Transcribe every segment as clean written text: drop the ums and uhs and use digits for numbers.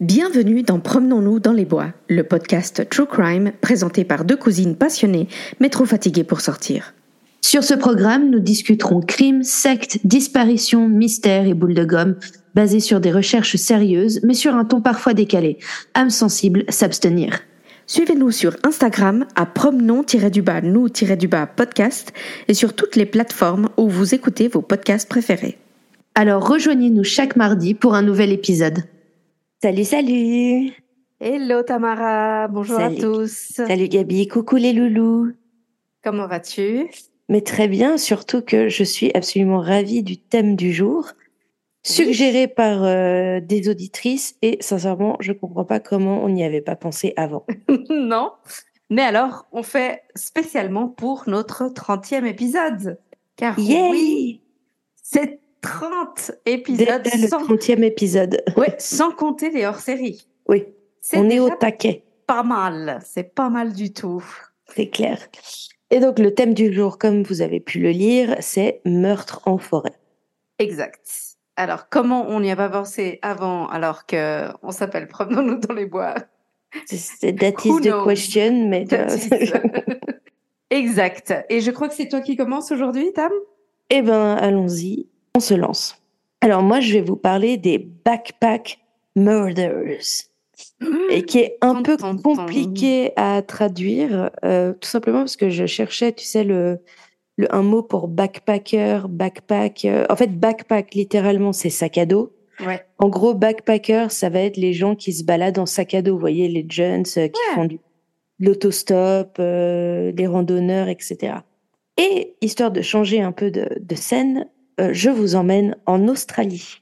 Bienvenue dans Promenons-nous dans les bois, le podcast True Crime présenté par deux cousines passionnées mais trop fatiguées pour sortir. Sur ce programme, nous discuterons crimes, sectes, disparitions, mystères et boules de gomme, basés sur des recherches sérieuses mais sur un ton parfois décalé. Âme sensible, s'abstenir. Suivez-nous sur Instagram à promenons-nous-podcast et sur toutes les plateformes où vous écoutez vos podcasts préférés. Alors rejoignez-nous chaque mardi pour un nouvel épisode. Salut. Hello Tamara, bonjour Salut. à tous. Salut Gabi, coucou les loulous. Comment vas-tu? Mais très bien, surtout que je suis absolument ravie du thème du jour, suggéré par des auditrices et sincèrement, je comprends pas comment on n'y avait pas pensé avant. Non, mais alors on fait spécialement pour notre 30e épisode. Car oui, c'est 30 épisodes. Déjà le 30e épisode. Oui, sans compter les hors-séries. Oui, on est au taquet. Pas mal, c'est pas mal du tout. C'est clair. Et donc le thème du jour, comme vous avez pu le lire, c'est meurtre en forêt. Exact. Alors comment on n'y a pas pensé avant alors qu'on s'appelle Promenons-nous dans les bois? That is the question, mais... Exact. Et je crois que c'est toi qui commence aujourd'hui, Tam? Eh ben, allons-y, on se lance. Alors moi, je vais vous parler des backpack murders, et qui est un peu compliqué à traduire, tout simplement parce que je cherchais, tu sais, un mot pour backpacker, backpack. En fait, backpack, littéralement, c'est sac à dos. Ouais. En gros, backpacker, ça va être les gens qui se baladent en sac à dos. Vous voyez, les jeunes qui font de l'autostop, les randonneurs, etc. Et histoire de changer un peu de scène, je vous emmène en Australie.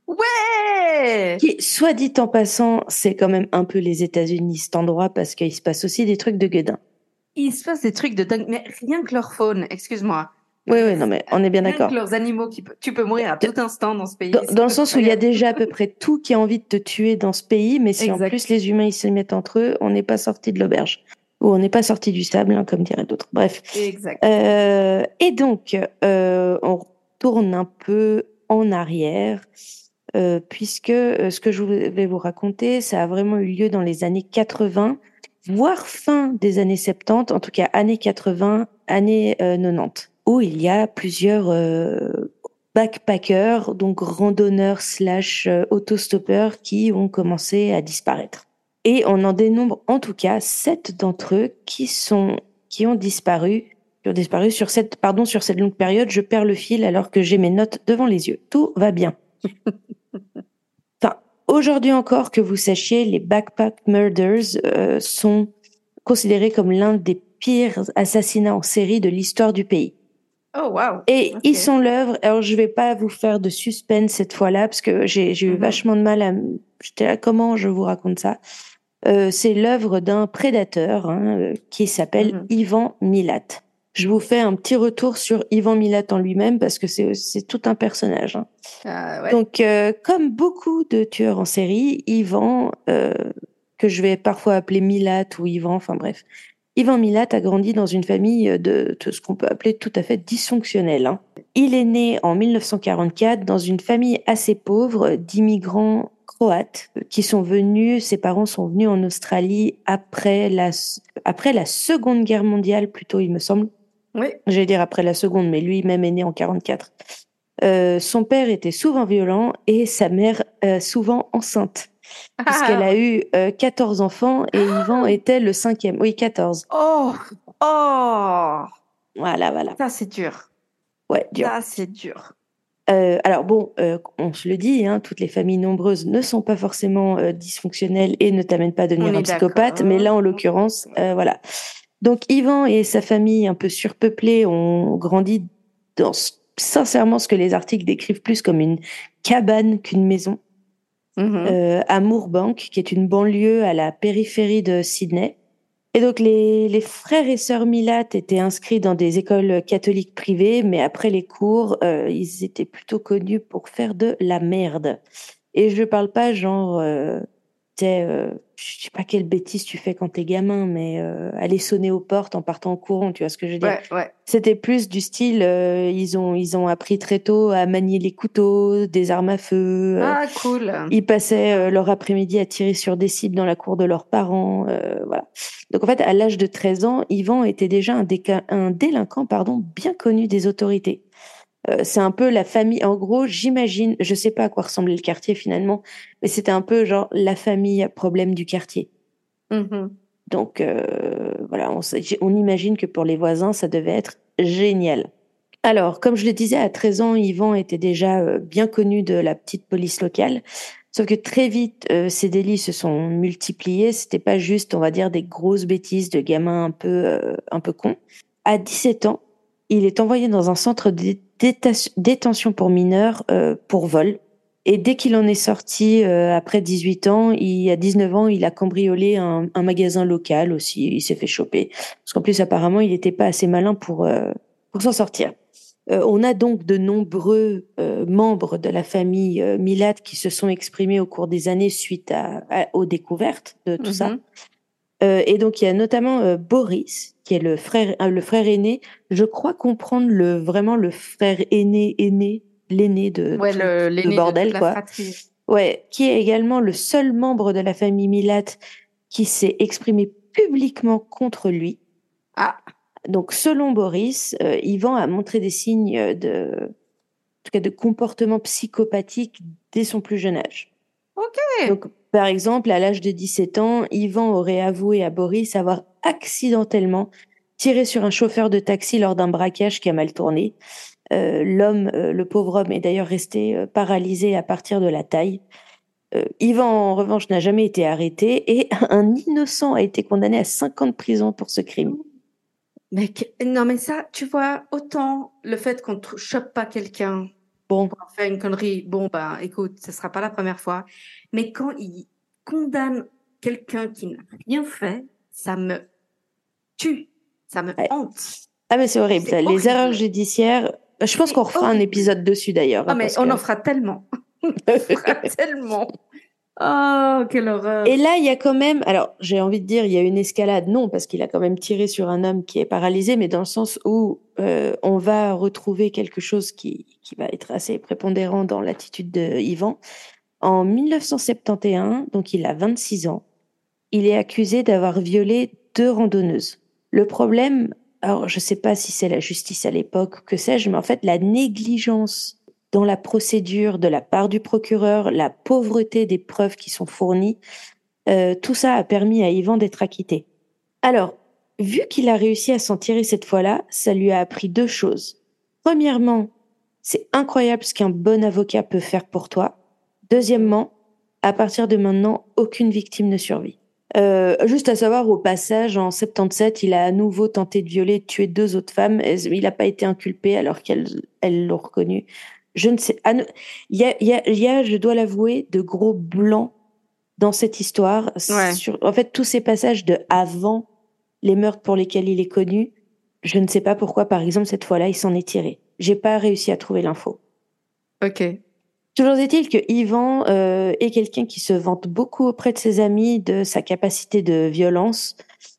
Ouais! Qui, soit dit en passant, c'est quand même un peu les États-Unis, cet endroit, parce qu'il se passe aussi des trucs de gueudin. Il se passe des trucs de dingue, mais rien que leur faune, excuse-moi. Oui, non, mais on est bien d'accord. Rien que leurs animaux, tu peux mourir à tout instant dans ce pays. Dans le sens où il y a déjà à peu près tout qui a envie de te tuer dans ce pays, mais si exact. En plus les humains ils se mettent entre eux, on n'est pas sorti de l'auberge. Ou on n'est pas sorti du sable, hein, comme diraient d'autres. Bref. Exact. Et donc, on retourne un peu en arrière, puisque ce que je vais vous raconter, ça a vraiment eu lieu dans les années 80, voire fin des années 70, en tout cas années 80, années 90, où il y a plusieurs backpackers, donc randonneurs / autostoppeurs qui ont commencé à disparaître. Et on en dénombre en tout cas 7 d'entre eux qui ont disparu sur cette longue période. Je perds le fil alors que j'ai mes notes devant les yeux. Tout va bien. Enfin, aujourd'hui encore, que vous sachiez, les backpack murders sont considérés comme l'un des pires assassinats en série de l'histoire du pays. Oh, wow. Et ils sont l'œuvre, alors je vais pas vous faire de suspense cette fois-là, parce que j'ai eu vachement de mal j'étais là, comment je vous raconte ça? C'est l'œuvre d'un prédateur qui s'appelle Ivan Milat. Je vous fais un petit retour sur Ivan Milat en lui-même, parce que c'est tout un personnage. Ouais. Donc, comme beaucoup de tueurs en série, Ivan, que je vais parfois appeler Milat ou Ivan, enfin bref, Ivan Milat a grandi dans une famille de ce qu'on peut appeler tout à fait dysfonctionnelle. Il est né en 1944 dans une famille assez pauvre d'immigrants croates qui sont venus, ses parents sont venus en Australie après la Seconde Guerre mondiale, plutôt, il me semble. Oui. J'allais dire après la Seconde, mais lui-même est né en 44. Son père était souvent violent et sa mère souvent enceinte. Puisqu'elle a eu 14 enfants et Ivan était le 5e. Oui, 14. Oh! Voilà. Ça, c'est dur. Ouais, dur. Ça, c'est dur. Alors bon, on se le dit, toutes les familles nombreuses ne sont pas forcément dysfonctionnelles et ne t'amènent pas à devenir un psychopathe, mais là, en l'occurrence, voilà. Donc, Ivan et sa famille un peu surpeuplée ont grandi dans, sincèrement, ce que les articles décrivent plus comme une cabane qu'une maison. À Moorbank, qui est une banlieue à la périphérie de Sydney. Et donc, les frères et sœurs Milat étaient inscrits dans des écoles catholiques privées, mais après les cours, ils étaient plutôt connus pour faire de la merde. Et je parle pas genre c'était, je sais pas quelle bêtise tu fais quand t'es gamin, mais aller sonner aux portes en partant en courant, tu vois ce que je veux dire? Ouais. C'était plus du style, ils ont appris très tôt à manier les couteaux, des armes à feu. Ah, cool. Ils passaient leur après-midi à tirer sur des cibles dans la cour de leurs parents, voilà. Donc en fait, à l'âge de 13 ans, Yvan était déjà un délinquant, pardon, bien connu des autorités. C'est un peu la famille. En gros, j'imagine, je sais pas à quoi ressemblait le quartier finalement, mais c'était un peu genre la famille à problème du quartier. Mhm. Donc voilà, on imagine que pour les voisins, ça devait être génial. Alors, comme je le disais, à 13 ans, Yvan était déjà bien connu de la petite police locale. Sauf que très vite, ces délits se sont multipliés. C'était pas juste, on va dire, des grosses bêtises de gamins un peu cons. À 17 ans, il est envoyé dans un centre de détention pour mineurs pour vol. Et dès qu'il en est sorti, après 18 ans, à 19 ans, il a cambriolé un magasin local aussi. Il s'est fait choper. Parce qu'en plus, apparemment, il n'était pas assez malin pour s'en sortir. On a donc de nombreux membres de la famille Milat qui se sont exprimés au cours des années suite aux découvertes de tout ça. Et donc, il y a notamment Boris, qui est le frère aîné. Je crois comprendre vraiment le frère aîné, l'aîné de l'aîné bordel, de la quoi. fratrie. Ouais, qui est également le seul membre de la famille Milat qui s'est exprimé publiquement contre lui. Ah. Donc, selon Boris, Yvan a montré des signes en tout cas de comportement psychopathique dès son plus jeune âge. Ok. Donc, par exemple, à l'âge de 17 ans, Yvan aurait avoué à Boris avoir accidentellement tiré sur un chauffeur de taxi lors d'un braquage qui a mal tourné. Le pauvre homme, est d'ailleurs resté paralysé à partir de la taille. Yvan, en revanche, n'a jamais été arrêté et un innocent a été condamné à 5 ans de prison pour ce crime. Non, mais ça, tu vois, autant le fait qu'on ne chope pas quelqu'un pour faire une connerie, bon, bah, écoute, ce ne sera pas la première fois. Mais quand il condamne quelqu'un qui n'a rien fait, ça me tue, ça me hante. Ah, mais c'est horrible, ça. Les erreurs judiciaires. Je pense qu'on refera un épisode dessus d'ailleurs. Ah, mais on en fera tellement. On en fera tellement. Oh, quelle horreur. Et là, il y a quand même, alors j'ai envie de dire, il y a une escalade, non, parce qu'il a quand même tiré sur un homme qui est paralysé, mais dans le sens où on va retrouver quelque chose qui va être assez prépondérant dans l'attitude de Yvan. En 1971, donc il a 26 ans, il est accusé d'avoir violé 2 randonneuses. Le problème, alors je ne sais pas si c'est la justice à l'époque, que sais-je, mais en fait, la négligence dans la procédure de la part du procureur, la pauvreté des preuves qui sont fournies, tout ça a permis à Yvan d'être acquitté. Alors, vu qu'il a réussi à s'en tirer cette fois-là, ça lui a appris 2 choses. Premièrement, c'est incroyable ce qu'un bon avocat peut faire pour toi. Deuxièmement, à partir de maintenant, aucune victime ne survit. Juste à savoir, au passage, en 77, il a à nouveau tenté de violer et de tuer 2 autres femmes. Il n'a pas été inculpé alors qu'elles l'ont reconnu. Je ne sais. Il y a, je dois l'avouer, de gros blancs dans cette histoire. Ouais. En fait, tous ces passages de avant les meurtres pour lesquels il est connu, je ne sais pas pourquoi, par exemple, cette fois-là, il s'en est tiré. J'ai pas réussi à trouver l'info. Ok. Toujours est-il que Yvan est quelqu'un qui se vante beaucoup auprès de ses amis de sa capacité de violence.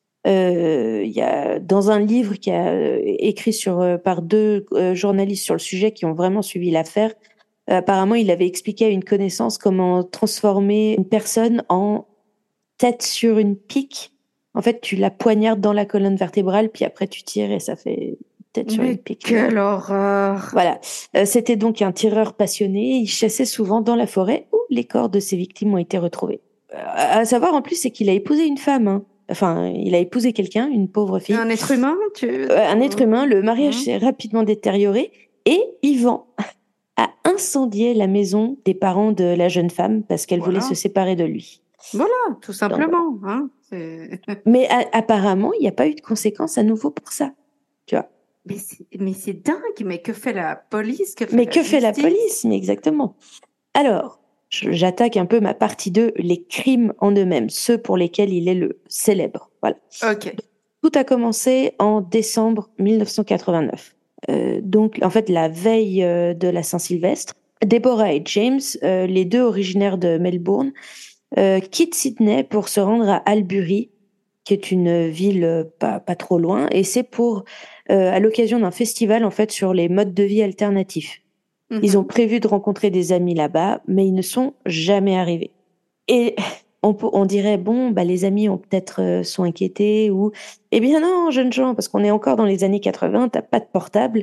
Il y a dans un livre qui a écrit par 2 journalistes sur le sujet qui ont vraiment suivi l'affaire. Apparemment, il avait expliqué à une connaissance comment transformer une personne en tête sur une pique. En fait, tu la poignardes dans la colonne vertébrale, puis après tu tires et ça fait tête sur une pique. Quelle horreur! Voilà. C'était donc un tireur passionné. Il chassait souvent dans la forêt où les corps de ses victimes ont été retrouvés. À savoir, en plus, c'est qu'il a épousé une femme. Hein. Enfin, il a épousé quelqu'un, une pauvre fille. Un être humain, un être humain. Le mariage s'est rapidement détérioré et Yvan a incendié la maison des parents de la jeune femme parce qu'elle voulait se séparer de lui. Voilà, tout simplement. Donc, hein, mais apparemment, il n'y a pas eu de conséquences à nouveau pour ça. Tu vois. Mais c'est dingue, mais que fait la police? Que fait la police? Mais exactement. Alors, j'attaque un peu ma partie 2, les crimes en eux-mêmes, ceux pour lesquels il est le célèbre. Voilà. Ok. Tout a commencé en décembre 1989. Donc, en fait, la veille de la Saint-Sylvestre, Deborah et James, les 2 originaires de Melbourne, quitte Sydney pour se rendre à Albury, qui est une ville pas trop loin, et c'est pour à l'occasion d'un festival en fait sur les modes de vie alternatifs. Ils ont prévu de rencontrer des amis là-bas, mais ils ne sont jamais arrivés. Et on dirait bon, les amis ont peut-être sont inquiétés ou eh bien non, jeunes gens, parce qu'on est encore dans les années 80, t'as pas de portable.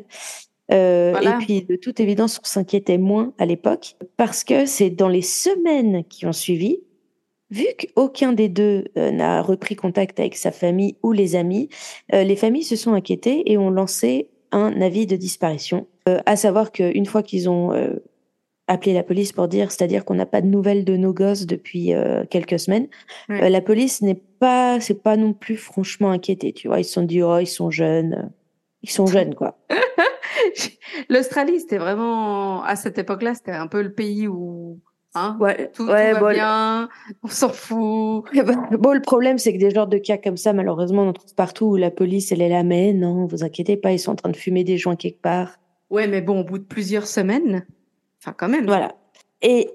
Et puis de toute évidence, on s'inquiétait moins à l'époque parce que c'est dans les semaines qui ont suivi. Vu qu'aucun des deux n'a repris contact avec sa famille ou les amis, les familles se sont inquiétées et ont lancé un avis de disparition. À savoir qu'une fois qu'ils ont appelé la police pour dire, c'est-à-dire qu'on n'a pas de nouvelles de nos gosses depuis quelques semaines, la police c'est pas non plus franchement inquiétée, tu vois. Ils se sont dit, oh, ils sont jeunes, quoi. L'Australie, c'était vraiment, à cette époque-là, c'était un peu le pays où tout va bien, on s'en fout. Bon, le problème, c'est que des genres de cas comme ça, malheureusement, on en trouve partout où la police, elle est là, mais non, vous inquiétez pas, ils sont en train de fumer des joints quelque part. Ouais, mais bon, au bout de plusieurs semaines, enfin, quand même. Voilà. Et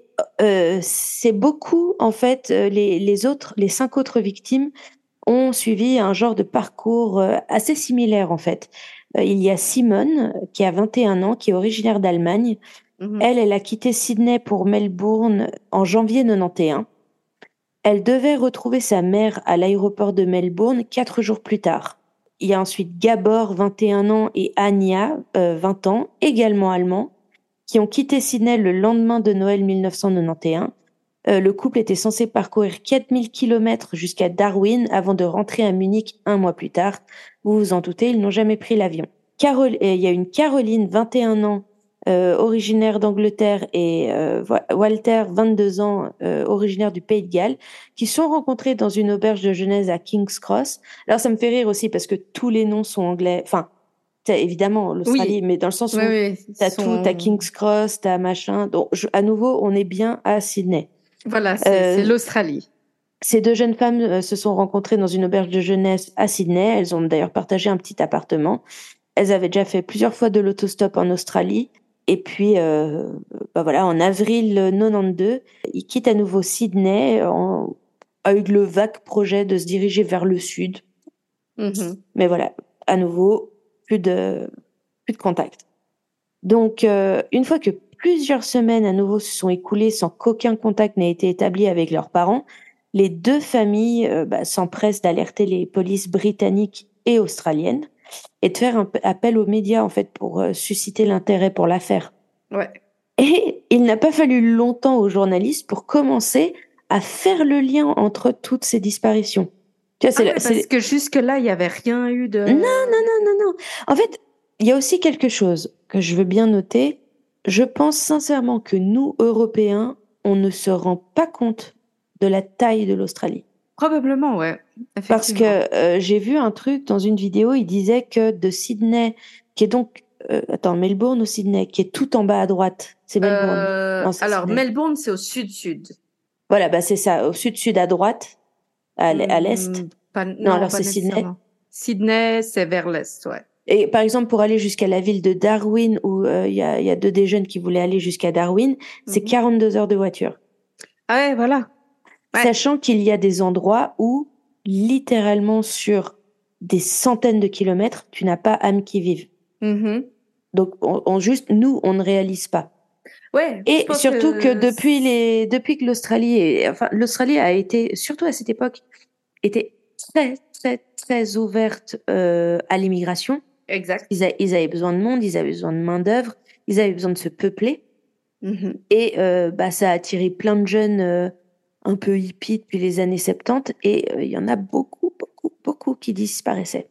c'est beaucoup, en fait, les 5 autres victimes ont suivi un genre de parcours assez similaire, en fait. Il y a Simone, qui a 21 ans, qui est originaire d'Allemagne. Elle a quitté Sydney pour Melbourne en janvier 91. Elle devait retrouver sa mère à l'aéroport de Melbourne 4 jours plus tard. Il y a ensuite Gabor, 21 ans, et Anya, 20 ans, également allemands, qui ont quitté Sydney le lendemain de Noël 1991. Le couple était censé parcourir 4000 km jusqu'à Darwin avant de rentrer à Munich 1 mois plus tard. Vous vous en doutez, ils n'ont jamais pris l'avion. Il y a une Caroline, 21 ans, originaire d'Angleterre, et Walter, 22 ans, originaire du Pays de Galles, qui sont rencontrés dans une auberge de jeunesse à King's Cross. Alors ça me fait rire aussi parce que tous les noms sont anglais. Enfin, t'as évidemment l'Australie, mais dans le sens où t'as tout, t'as King's Cross, t'as machin. Donc à nouveau, on est bien à Sydney. Voilà, c'est l'Australie. Ces deux jeunes femmes se sont rencontrées dans une auberge de jeunesse à Sydney. Elles ont d'ailleurs partagé un petit appartement. Elles avaient déjà fait plusieurs fois de l'autostop en Australie. Et puis, voilà, en avril 92, ils quittent à nouveau Sydney avec le vague projet de se diriger vers le sud. Mais voilà, à nouveau, plus de contact. Donc, une fois que plusieurs semaines à nouveau se sont écoulées sans qu'aucun contact n'ait été établi avec leurs parents, les deux familles s'empressent d'alerter les polices britanniques et australiennes et de faire un appel aux médias en fait pour susciter l'intérêt pour l'affaire. Ouais. Et il n'a pas fallu longtemps aux journalistes pour commencer à faire le lien entre toutes ces disparitions. Tu vois, parce que jusque-là, il n'y avait rien eu de... Non. En fait, il y a aussi quelque chose que je veux bien noter. Je pense sincèrement que nous, Européens, on ne se rend pas compte de la taille de l'Australie. Probablement, ouais. Parce que j'ai vu un truc dans une vidéo, il disait que de Sydney, qui est donc... Melbourne ou Sydney, qui est tout en bas à droite. C'est Melbourne. Non, c'est alors, Sydney. Melbourne, c'est au sud-sud. Voilà, c'est ça, au sud-sud à droite, à l'est. Non, alors c'est Sydney. Sydney, c'est vers l'est, ouais. Et par exemple, pour aller jusqu'à la ville de Darwin, où il y a deux des jeunes qui voulaient aller jusqu'à Darwin, c'est 42 heures de voiture. Ah ouais, voilà. Ouais. Sachant qu'il y a des endroits où, littéralement sur des centaines de kilomètres, tu n'as pas âme qui vive. Donc, nous, on ne réalise pas. Ouais. Et surtout que depuis que l'Australie a été, surtout à cette époque, était très, très, très ouverte à l'immigration. Exact. Ils avaient besoin de monde, ils avaient besoin de main-d'œuvre, ils avaient besoin de se peupler. Et ça a attiré plein de jeunes un peu hippies depuis les années 70. Et il y en a beaucoup, beaucoup, beaucoup qui disparaissaient.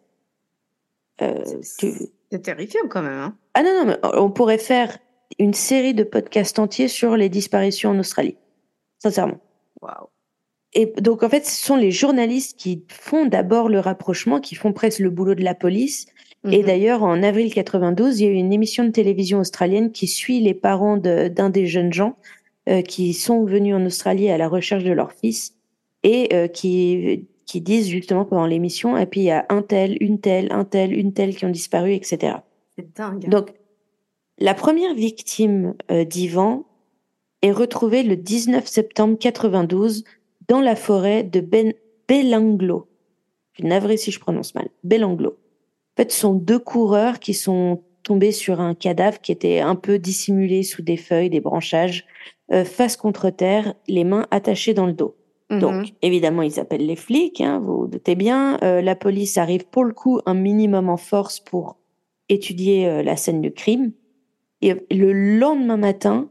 C'est terrifiant quand même. Hein. Ah non, mais on pourrait faire une série de podcasts entiers sur les disparitions en Australie. Sincèrement. Waouh. Et donc, en fait, ce sont les journalistes qui font d'abord le rapprochement, qui font presque le boulot de la police. Et d'ailleurs, en avril 92, il y a eu une émission de télévision australienne qui suit les parents d'un des jeunes gens qui sont venus en Australie à la recherche de leur fils et qui disent justement pendant l'émission, et puis il y a un tel, une telle qui ont disparu, etc. C'est dingue. Donc, la première victime d'Ivan est retrouvée le 19 septembre 92 dans la forêt de Belanglo. Je suis navrée si je prononce mal. Belanglo. En fait, ce sont 2 coureurs qui sont tombés sur un cadavre qui était un peu dissimulé sous des feuilles, des branchages, face contre terre, les mains attachées dans le dos. Donc, évidemment, ils appellent les flics, hein, vous vous doutez bien. La police arrive pour le coup un minimum en force pour étudier la scène du crime. Et le lendemain matin,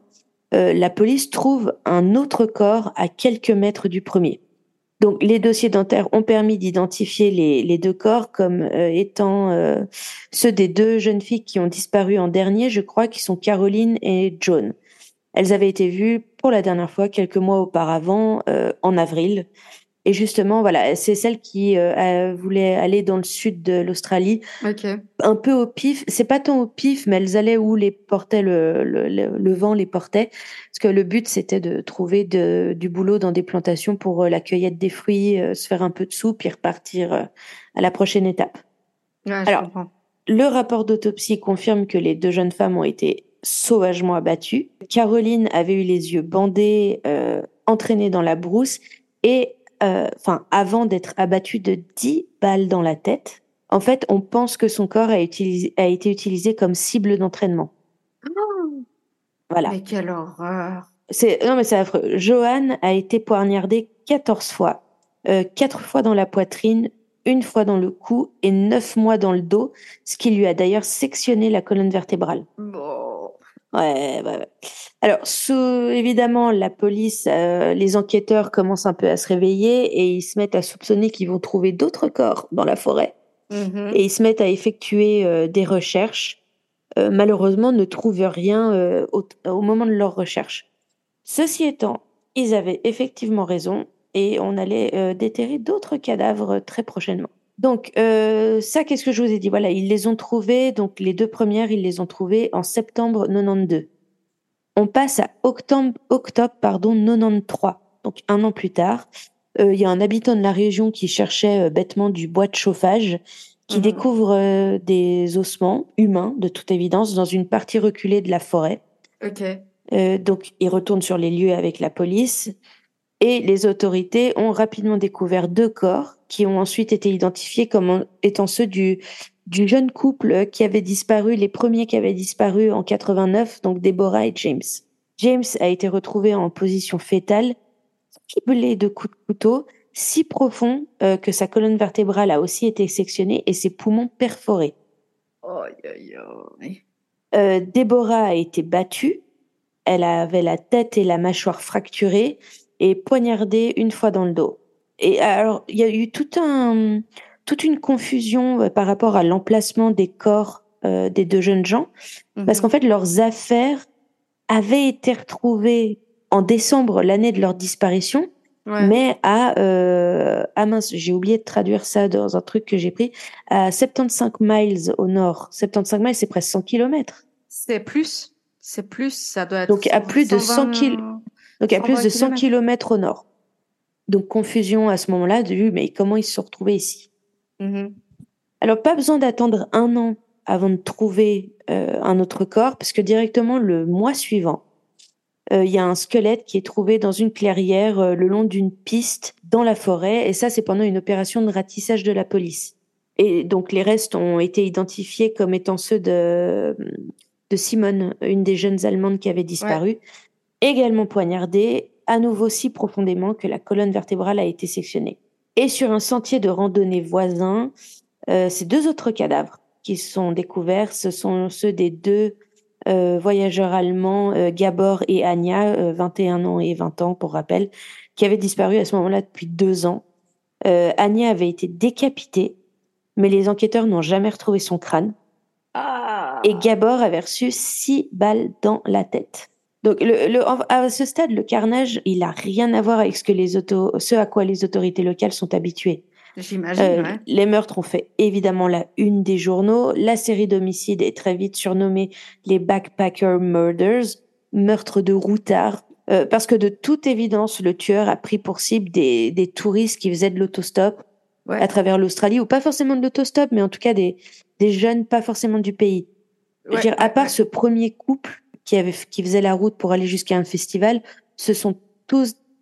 la police trouve un autre corps à quelques mètres du premier. Donc, les dossiers dentaires ont permis d'identifier les 2 corps comme étant ceux des 2 jeunes filles qui ont disparu en dernier, je crois, qui sont Caroline et Joan. Elles avaient été vues pour la dernière fois quelques mois auparavant, en avril. Et justement, voilà, c'est celle qui voulait aller dans le sud de l'Australie, un peu au pif. C'est pas tant au pif, mais elles allaient où les portait le vent les portait. Parce que le but, c'était de trouver du boulot dans des plantations pour la cueillette des fruits, se faire un peu de sous, puis repartir à la prochaine étape. Ouais, Alors, le rapport d'autopsie confirme que les 2 jeunes femmes ont été sauvagement abattues. Caroline avait eu les yeux bandés, entraînée dans la brousse, et avant d'être abattue de 10 balles dans la tête. En fait, on pense que son corps a été utilisé comme cible d'entraînement. Oh, voilà. Mais quelle horreur. Non, mais c'est affreux. Joanne a été poignardée 14 fois. 4 fois dans la poitrine, 1 fois dans le cou et 9 mois dans le dos, ce qui lui a d'ailleurs sectionné la colonne vertébrale. Bon. Ouais. Alors, évidemment, la police, les enquêteurs commencent un peu à se réveiller et ils se mettent à soupçonner qu'ils vont trouver d'autres corps dans la forêt. Et ils se mettent à effectuer des recherches. Malheureusement, ne trouvent rien au moment de leurs recherches. Ceci étant, ils avaient effectivement raison et on allait déterrer d'autres cadavres très prochainement. Donc, ça, qu'est-ce que je vous ai dit? Voilà, ils les ont trouvés, donc les 2 premières, ils les ont trouvées en septembre 92. On passe à octobre 93, donc 1 an plus tard. Il y a un habitant de la région qui cherchait bêtement du bois de chauffage, qui découvre des ossements humains, de toute évidence, dans une partie reculée de la forêt. Donc, il retourne sur les lieux avec la police. Et les autorités ont rapidement découvert 2 corps qui ont ensuite été identifiés comme étant ceux du jeune couple qui avait disparu, les premiers qui avaient disparu en 89, donc Deborah et James. James a été retrouvé en position fétale, ciblé de coups de couteau, si profond que sa colonne vertébrale a aussi été sectionnée et ses poumons perforés. Deborah a été battue, elle avait la tête et la mâchoire fracturées et poignardée 1 fois dans le dos. Et alors, il y a eu toute une confusion par rapport à l'emplacement des corps des 2 jeunes gens, parce qu'en fait, leurs affaires avaient été retrouvées en décembre, l'année de leur disparition, mais mince, j'ai oublié de traduire ça dans un truc que j'ai pris, à 75 miles au nord. 75 miles, c'est presque 100 kilomètres. C'est plus, ça doit être donc à plus de 100 kilomètres au nord. Donc confusion à ce moment-là mais comment ils se sont retrouvés ici. Alors pas besoin d'attendre 1 an avant de trouver un autre corps, parce que directement le mois suivant, il y a un squelette qui est trouvé dans une clairière le long d'une piste dans la forêt, et ça c'est pendant une opération de ratissage de la police. Et donc les restes ont été identifiés comme étant ceux de Simone, une des jeunes Allemandes qui avait disparu, également poignardée, à nouveau si profondément que la colonne vertébrale a été sectionnée. Et sur un sentier de randonnée voisin, ces 2 autres cadavres qui sont découverts, ce sont ceux des 2 voyageurs allemands, Gabor et Anja, 21 ans et 20 ans pour rappel, qui avaient disparu à ce moment-là depuis 2 ans. Anja avait été décapitée, mais les enquêteurs n'ont jamais retrouvé son crâne. Et Gabor avait reçu 6 balles dans la tête. Donc, à ce stade, le carnage, il a rien à voir avec ce à quoi les autorités locales sont habituées. J'imagine, Les meurtres ont fait évidemment la une des journaux. La série d'homicides est très vite surnommée les Backpacker Murders, meurtres de routards, parce que de toute évidence, le tueur a pris pour cible des touristes qui faisaient de l'autostop à travers l'Australie, ou pas forcément de l'autostop, mais en tout cas des jeunes pas forcément du pays. Je veux dire, à part ce premier couple qui faisait la route pour aller jusqu'à un festival, ce sont tous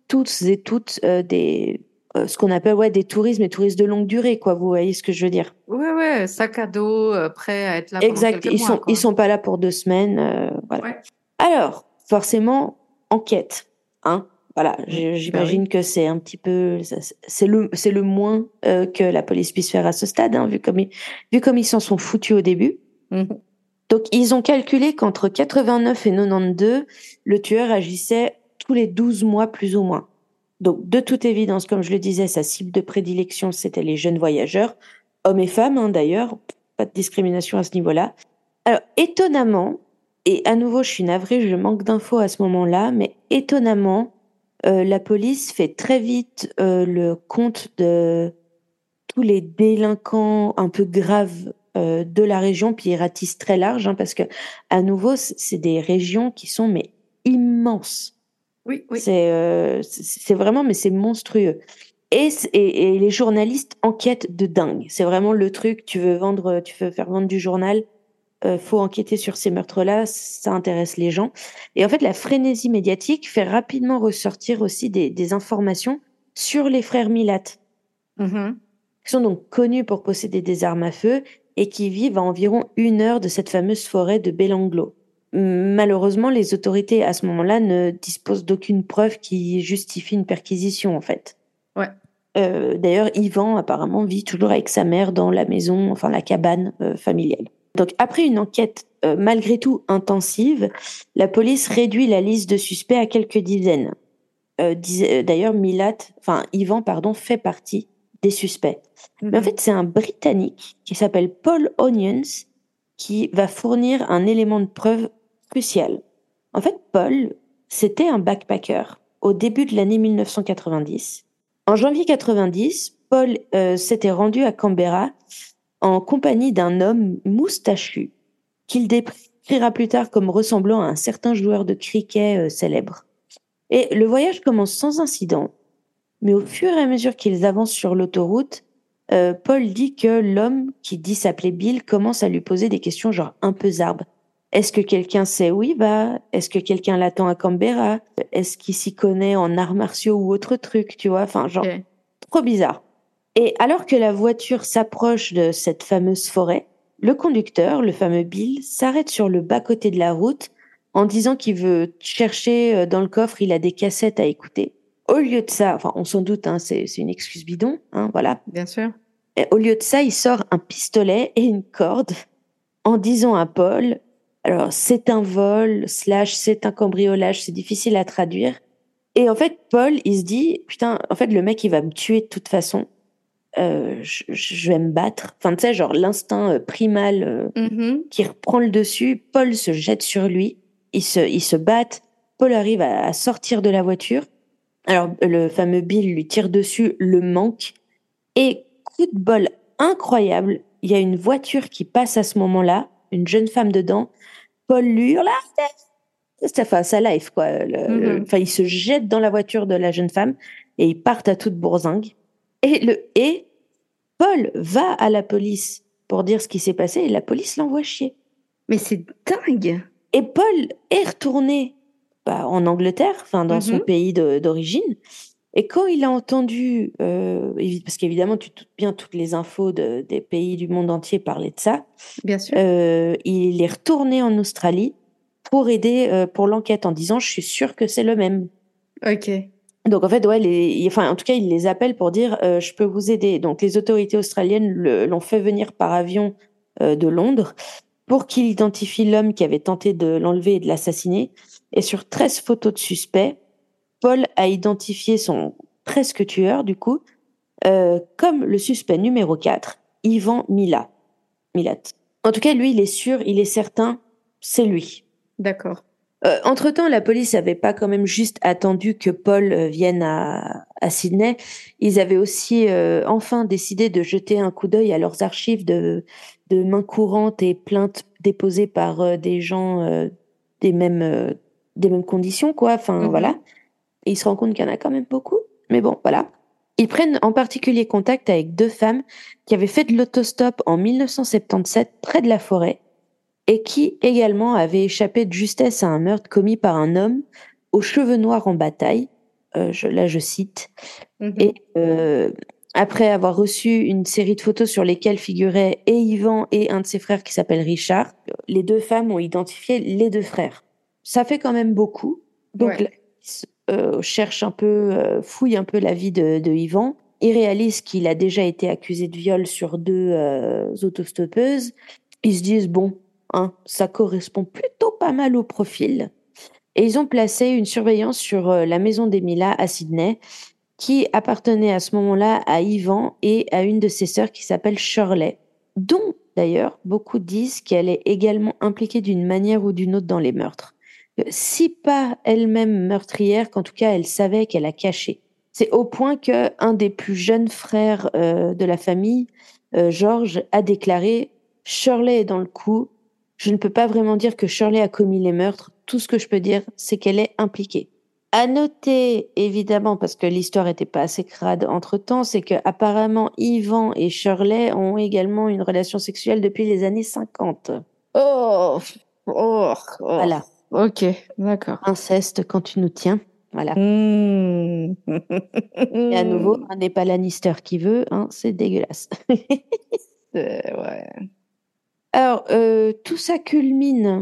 tous et toutes des ce qu'on appelle des touristes, mais touristes de longue durée, quoi. Vous voyez ce que je veux dire? Ouais, sac à dos, prêt à être là pendant Exact. quelques mois, Ils quoi. sont pas là pour 2 semaines, voilà. Ouais. Alors, forcément, enquête, hein. Voilà, j'imagine que c'est un petit peu, c'est le moins que la police puisse faire à ce stade, hein, vu comme ils s'en sont foutus au début. Mhm. Donc, ils ont calculé qu'entre 89 et 92, le tueur agissait tous les 12 mois plus ou moins. Donc, de toute évidence, comme je le disais, sa cible de prédilection, c'était les jeunes voyageurs, hommes et femmes, hein, d'ailleurs, pas de discrimination à ce niveau-là. Alors, étonnamment, et à nouveau, je suis navrée, je manque d'infos à ce moment-là, mais étonnamment, la police fait très vite le compte de tous les délinquants un peu graves de la région, puis ils ratissent très large, hein, parce que à nouveau, c'est des régions qui sont mais immenses. Oui. C'est vraiment, mais c'est monstrueux. Et les journalistes enquêtent de dingue. C'est vraiment le truc. Tu veux faire vendre du journal, faut enquêter sur ces meurtres-là. Ça intéresse les gens. Et en fait, la frénésie médiatique fait rapidement ressortir aussi des informations sur les frères Milat, Mhm. qui sont donc connus pour posséder des armes à feu et qui vivent à environ 1 heure de cette fameuse forêt de Belanglo. Malheureusement, les autorités à ce moment-là ne disposent d'aucune preuve qui justifie une perquisition, en fait. Ouais. D'ailleurs, Yvan apparemment vit toujours avec sa mère dans la maison, enfin la cabane familiale. Donc après une enquête malgré tout intensive, la police réduit la liste de suspects à quelques dizaines. D'ailleurs, Yvan, fait partie des suspects. Mais en fait, c'est un Britannique qui s'appelle Paul Onions qui va fournir un élément de preuve crucial. En fait, Paul, c'était un backpacker au début de l'année 1990. En janvier 90, Paul s'était rendu à Canberra en compagnie d'un homme moustachu qu'il décrira plus tard comme ressemblant à un certain joueur de cricket célèbre. Et le voyage commence sans incident, mais au fur et à mesure qu'ils avancent sur l'autoroute, Paul dit que l'homme, qui dit s'appeler Bill, commence à lui poser des questions genre un peu zarbes. Est-ce que quelqu'un sait où il va? Est-ce que quelqu'un l'attend à Canberra? Est-ce qu'il s'y connaît en arts martiaux ou autre truc, tu vois? Enfin, genre, trop bizarre. Et alors que la voiture s'approche de cette fameuse forêt, le conducteur, le fameux Bill, s'arrête sur le bas-côté de la route en disant qu'il veut chercher dans le coffre, il a des cassettes à écouter. Au lieu de ça, enfin, on s'en doute, hein, c'est une excuse bidon, hein, voilà. Bien sûr. Et au lieu de ça, il sort un pistolet et une corde en disant à Paul, alors c'est un vol, / c'est un cambriolage, c'est difficile à traduire. Et en fait, Paul, il se dit, putain, en fait, le mec, il va me tuer de toute façon. Je vais me battre. Enfin, tu sais, genre l'instinct primal qui reprend le dessus. Paul se jette sur lui. Ils se battent. Paul arrive à sortir de la voiture. Alors, le fameux Bill lui tire dessus, le manque. Et coup de bol incroyable, il y a une voiture qui passe à ce moment-là, une jeune femme dedans. Paul lui hurle, enfin, sa life, quoi. Enfin, il se jette dans la voiture de la jeune femme et ils partent à toute bourzingue. Et Paul va à la police pour dire ce qui s'est passé et la police l'envoie chier. Mais c'est dingue. Et Paul est retourné en Angleterre, enfin dans son pays d'origine. Et quand il a entendu, parce qu'évidemment tu te doutes bien, toutes les infos des pays du monde entier parlaient de ça. Bien sûr. Il est retourné en Australie pour aider pour l'enquête en disant je suis sûr que c'est le même. Ok. Donc en fait, en tout cas, il les appelle pour dire je peux vous aider. Donc les autorités australiennes l'ont fait venir par avion de Londres pour qu'il identifie l'homme qui avait tenté de l'enlever et de l'assassiner. Et sur 13 photos de suspects, Paul a identifié son presque tueur, du coup, comme le suspect numéro 4, Yvan Milat. En tout cas, lui, il est sûr, il est certain, c'est lui. D'accord. Entre-temps, la police n'avait pas quand même juste attendu que Paul vienne à Sydney. Ils avaient aussi enfin décidé de jeter un coup d'œil à leurs archives de mains courantes et plaintes déposées par des gens des mêmes conditions, quoi. Enfin, voilà. Et ils se rendent compte qu'il y en a quand même beaucoup. Mais bon, voilà. Ils prennent en particulier contact avec 2 femmes qui avaient fait de l'autostop en 1977 près de la forêt et qui également avait échappé de justesse à un meurtre commis par un homme aux cheveux noirs en bataille je cite. Mhm. Et après avoir reçu une série de photos sur lesquelles figuraient et Yvan et un de ses frères qui s'appelle Richard, les 2 femmes ont identifié les 2 frères. Ça fait quand même beaucoup. Donc, la police cherche un peu, fouille un peu la vie de Yvan. Ils réalisent qu'il a déjà été accusé de viol sur 2 autostoppeuses. Ils se disent, bon, hein, ça correspond plutôt pas mal au profil. Et ils ont placé une surveillance sur la maison d'Emila à Sydney, qui appartenait à ce moment-là à Yvan et à une de ses sœurs qui s'appelle Shirley, dont d'ailleurs beaucoup disent qu'elle est également impliquée d'une manière ou d'une autre dans les meurtres. Si pas elle-même meurtrière, qu'en tout cas elle savait qu'elle a caché. C'est au point que un des plus jeunes frères de la famille, George, a déclaré « Shirley est dans le coup. Je ne peux pas vraiment dire que Shirley a commis les meurtres. Tout ce que je peux dire, c'est qu'elle est impliquée. » À noter, évidemment, parce que l'histoire n'était pas assez crade entre-temps, c'est que apparemment Yvan et Shirley ont également une relation sexuelle depuis les années 50. Oh, oh, oh. Voilà. Ok, d'accord. Inceste quand tu nous tiens. Voilà. Mmh. Et à nouveau, un n'est pas Lannister qui veut, hein, c'est dégueulasse. Ouais. Alors, tout ça culmine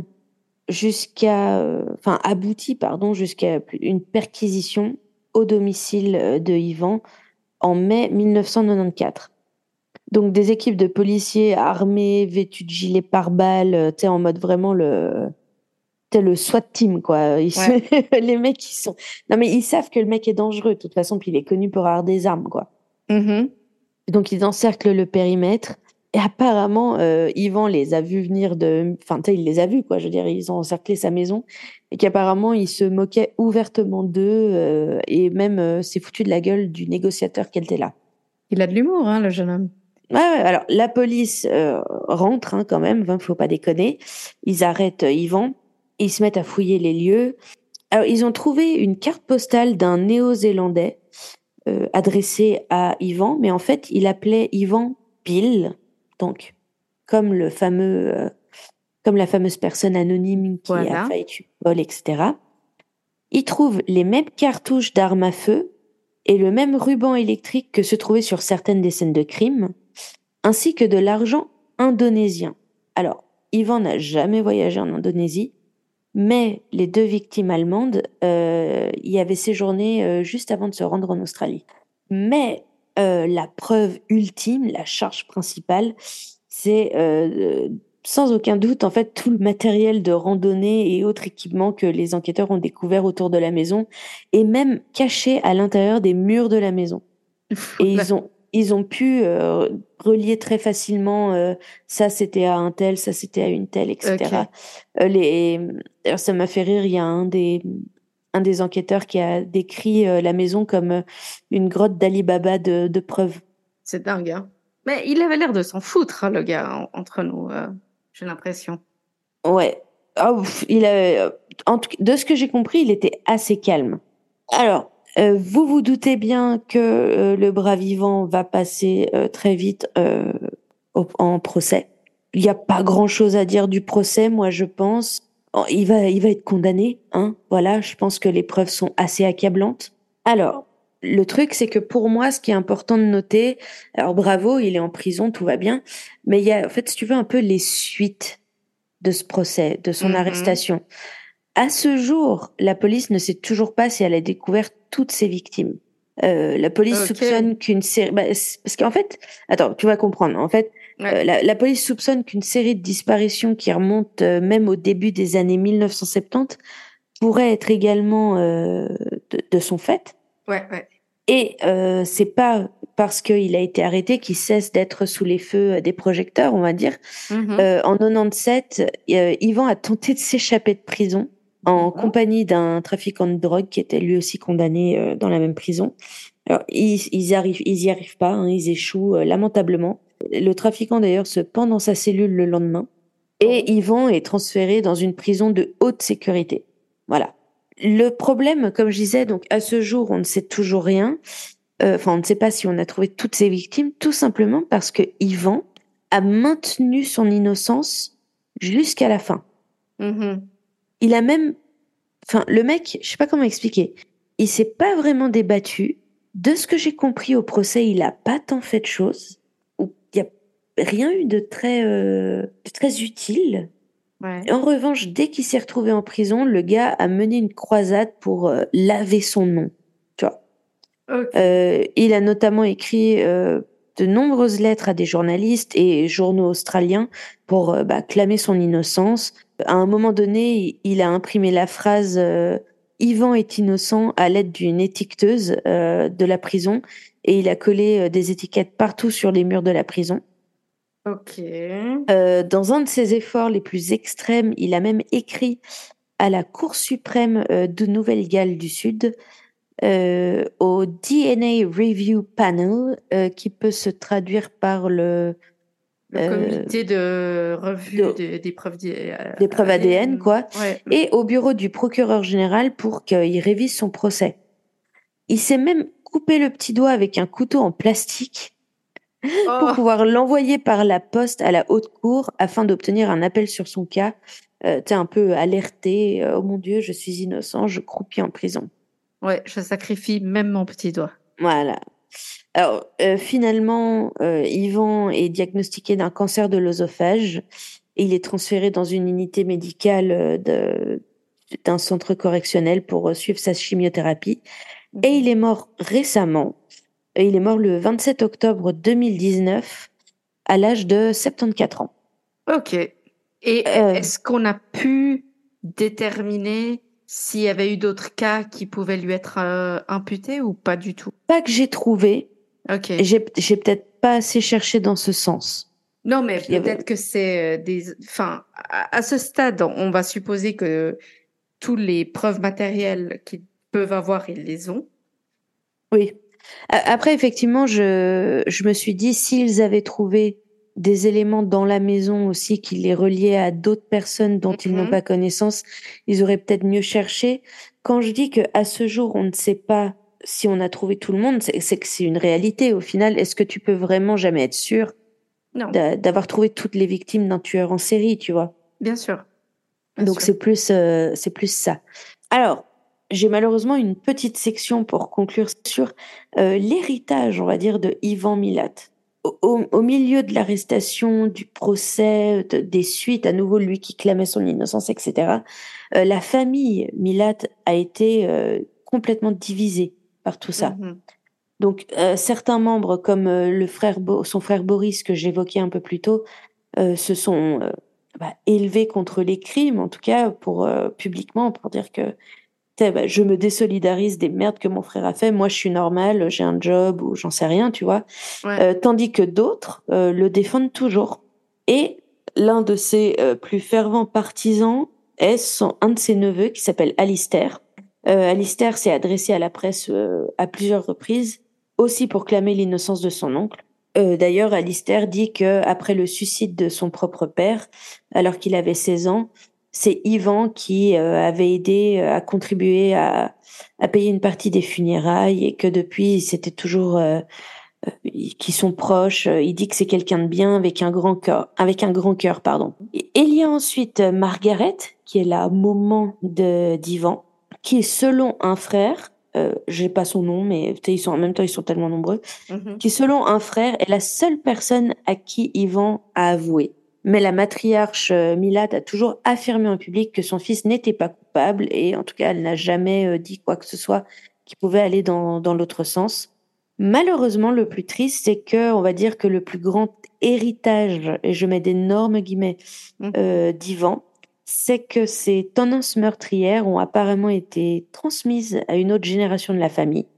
aboutit, jusqu'à une perquisition au domicile de Yvan en mai 1994. Donc, des équipes de policiers armés, vêtus de gilets pare-balles, tu sais, en mode vraiment le SWAT team, quoi. Les mecs, non, mais ils savent que le mec est dangereux, de toute façon, puis il est connu pour avoir des armes, quoi. Mm-hmm. Donc, ils encerclent le périmètre. Et apparemment, Yvan les a vus venir enfin, tu sais, il les a vus, quoi. Je veux dire, ils ont encerclé sa maison. Et qu'apparemment, il se moquait ouvertement d'eux et même s'est foutu de la gueule du négociateur qui était là. Il a de l'humour, hein, le jeune homme. Ouais, alors la police rentre hein, quand même, faut pas déconner. Ils arrêtent Yvan, ils se mettent à fouiller les lieux. Alors, ils ont trouvé une carte postale d'un Néo-Zélandais adressée à Yvan, mais en fait, il appelait Yvan Bill, donc comme la fameuse personne anonyme qui a failli tuer Paul, etc. Ils trouvent les mêmes cartouches d'armes à feu et le même ruban électrique que se trouvait sur certaines des scènes de crime, ainsi que de l'argent indonésien. Alors, Yvan n'a jamais voyagé en Indonésie, mais les 2 victimes allemandes y avaient séjourné juste avant de se rendre en Australie. Mais la preuve ultime, la charge principale, c'est sans aucun doute en fait tout le matériel de randonnée et autres équipements que les enquêteurs ont découvert autour de la maison et même cachés à l'intérieur des murs de la maison. Et ils ont pu relier très facilement ça c'était à un tel, ça c'était à une telle, etc. Okay. Alors, ça m'a fait rire, il y a un des enquêteurs qui a décrit la maison comme une grotte d'Ali Baba de preuves. C'est dingue, hein. Mais il avait l'air de s'en foutre, hein, le gars, entre nous, j'ai l'impression. Ouais. Oh, de ce que j'ai compris, il était assez calme. Alors, vous vous doutez bien que le brave Yvan va passer très vite en procès. Il n'y a pas grand-chose à dire du procès, moi je pense. Il va être condamné, hein. Voilà, je pense que les preuves sont assez accablantes. Alors, le truc, c'est que pour moi, ce qui est important de noter, alors bravo, il est en prison, tout va bien, mais il y a, en fait, si tu veux, un peu les suites de ce procès, de son arrestation. À ce jour, la police ne sait toujours pas si elle a découvert toutes ses victimes. La police soupçonne qu'une série... parce qu'en fait... Attends, tu vas comprendre. En fait, la police soupçonne qu'une série de disparitions qui remontent même au début des années 1970 pourrait être également de son fait. Ouais. Et c'est pas parce qu'il a été arrêté qu'il cesse d'être sous les feux des projecteurs, on va dire. En 97, Yvan a tenté de s'échapper de prison en compagnie d'un trafiquant de drogue qui était lui aussi condamné dans la même prison. Alors, ils y arrivent pas, hein, ils échouent lamentablement. Le trafiquant d'ailleurs se pend dans sa cellule le lendemain et Yvan est transféré dans une prison de haute sécurité. Voilà. Le problème, comme je disais, donc à ce jour, on ne sait toujours rien. On ne sait pas si on a trouvé toutes ses victimes, tout simplement parce que Yvan a maintenu son innocence jusqu'à la fin. Il a même... le mec, je sais pas comment expliquer. il s'est pas vraiment débattu. De ce que j'ai compris au procès, il a pas tant fait de choses. Il y a rien eu de très utile. Ouais. En revanche, dès qu'il s'est retrouvé en prison, le gars a mené une croisade pour laver son nom. Tu vois. Ok. Il a notamment écrit de nombreuses lettres à des journalistes et journaux australiens pour clamer son innocence. À un moment donné, il a imprimé la phrase Yvan est innocent à l'aide d'une étiqueteuse de la prison et il a collé des étiquettes partout sur les murs de la prison. Ok. Dans un de ses efforts les plus extrêmes, il a même écrit à la Cour suprême de Nouvelle-Galles du Sud, au DNA Review Panel, qui peut se traduire par Le comité de revue de- des preuves des preuves ADN, ADN. quoi, Ouais. et au bureau du procureur général pour qu'il révise son procès. Il s'est même coupé le petit doigt avec un couteau en plastique pour Oh, pouvoir l'envoyer par la poste à la haute cour afin d'obtenir un appel sur son cas. T'es un peu alerté. Oh mon Dieu, je suis innocent, je croupis en prison. ouais, je sacrifie même mon petit doigt. Voilà. Alors, finalement, Yvan est diagnostiqué d'un cancer de l'œsophage et il est transféré dans une unité médicale d'un centre correctionnel pour suivre sa chimiothérapie. Et il est mort récemment. Il est mort le 27 octobre 2019 à l'âge de 74 ans. Ok. Et Euh, est-ce qu'on a pu déterminer s'il y avait eu d'autres cas qui pouvaient lui être imputés ou pas du tout? Pas que j'ai trouvé. Ok. J'ai peut-être pas assez cherché dans ce sens. Non, mais Il y avait- peut-être que c'est des... Enfin, à ce stade, on va supposer que tous les preuves matérielles qu'ils peuvent avoir, ils les ont. Oui. Après, effectivement, je me suis dit, s'ils avaient trouvé des éléments dans la maison aussi qui les reliaient à d'autres personnes dont ils n'ont Mhm. pas connaissance, ils auraient peut-être mieux cherché. Quand je dis que à ce jour, on ne sait pas si on a trouvé tout le monde, c'est que c'est une réalité. Au final, est-ce que tu peux vraiment jamais être sûr Non, d'avoir trouvé toutes les victimes d'un tueur en série, tu vois? bien sûr, bien Donc sûr. c'est plus ça. Alors, j'ai malheureusement une petite section pour conclure sur l'héritage, on va dire, de Ivan Milat. Au milieu de l'arrestation, du procès, des suites, à nouveau lui qui clamait son innocence, etc., la famille Milat a été complètement divisée par tout ça. Mhm. Donc, certains membres, comme son frère Boris, que j'évoquais un peu plus tôt, se sont élevés contre les crimes, en tout cas pour publiquement, pour dire que je me désolidarise des merdes que mon frère a fait. Moi, je suis normale, j'ai un job ou j'en sais rien, tu vois. Ouais. Tandis que d'autres le défendent toujours. Et l'un de ses plus fervents partisans est un de ses neveux qui s'appelle Alistair. Alistair s'est adressé à la presse à plusieurs reprises, aussi pour clamer l'innocence de son oncle. D'ailleurs, Alistair dit que après le suicide de son propre père, alors qu'il avait 16 ans, c'est Ivan qui avait aidé à contribuer à payer une partie des funérailles et que depuis, c'était toujours qui sont proches. Il dit que c'est quelqu'un de bien avec un grand cœur, pardon. Et il y a ensuite Margaret, qui est la maman d'Ivan, qui est selon un frère, j'ai pas son nom, mais ils sont en même temps ils sont tellement nombreux, Mhm. qui selon un frère est la seule personne à qui Ivan a avoué. Mais la matriarche Milad a toujours affirmé en public que son fils n'était pas coupable et en tout cas elle n'a jamais dit quoi que ce soit qui pouvait aller dans l'autre sens. Malheureusement, le plus triste, c'est que, on va dire que le plus grand héritage, et je mets d'énormes guillemets, Mhm. d'Ivan, c'est que ces tendances meurtrières ont apparemment été transmises à une autre génération de la famille.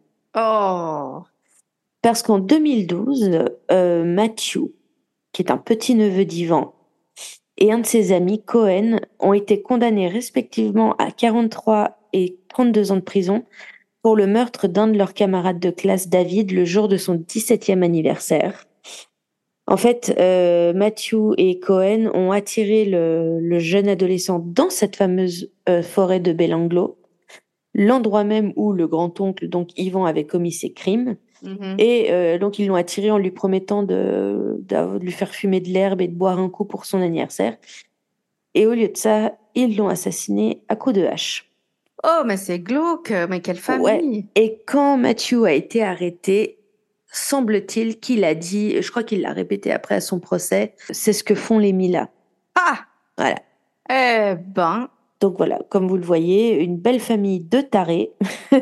Oh. Parce qu'en 2012, Matthew, qui est un petit-neveu d'Ivan, et un de ses amis, Cohen, ont été condamnés respectivement à 43 et 32 ans de prison pour le meurtre d'un de leurs camarades de classe, David, le jour de son 17e anniversaire. En fait, Matthew et Cohen ont attiré le jeune adolescent dans cette fameuse forêt de Belanglo, l'endroit même où le grand-oncle, donc Ivan, avait commis ses crimes. Mhm. Et donc, ils l'ont attiré en lui promettant de lui faire fumer de l'herbe et de boire un coup pour son anniversaire. Et au lieu de ça, ils l'ont assassiné à coups de hache. Oh, mais c'est glauque, mais quelle Ouais. famille! Et quand Matthew a été arrêté, semble-t-il qu'il a dit, je crois qu'il l'a répété après à son procès, c'est ce que font les Mila. Ah! Voilà. Eh ben, Donc voilà, comme vous le voyez, une belle famille de tarés.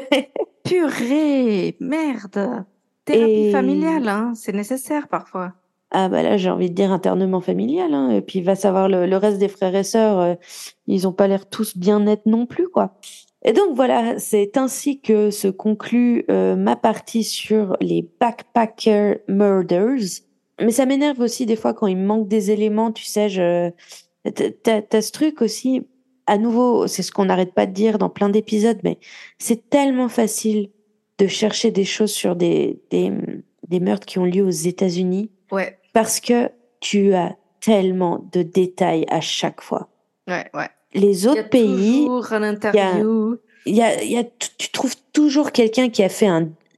purée, merde! Thérapie Et familiale, hein, c'est nécessaire parfois. ah bah là, j'ai envie de dire internement familial, hein. Et puis va savoir le reste des frères et sœurs, ils ont pas l'air tous bien nets non plus, quoi. Et donc voilà, c'est ainsi que se conclut ma partie sur les Backpacker Murders. Mais ça m'énerve aussi des fois quand il me manque des éléments, tu sais, t'as ce truc aussi, à nouveau, c'est ce qu'on n'arrête pas de dire dans plein d'épisodes, mais c'est tellement facile de chercher des choses sur des meurtres qui ont lieu aux États-Unis Ouais, parce que tu as tellement de détails à chaque fois. ouais. Les Il y a autres pays, toujours un il y a, interview. tu trouves toujours quelqu'un qui a fait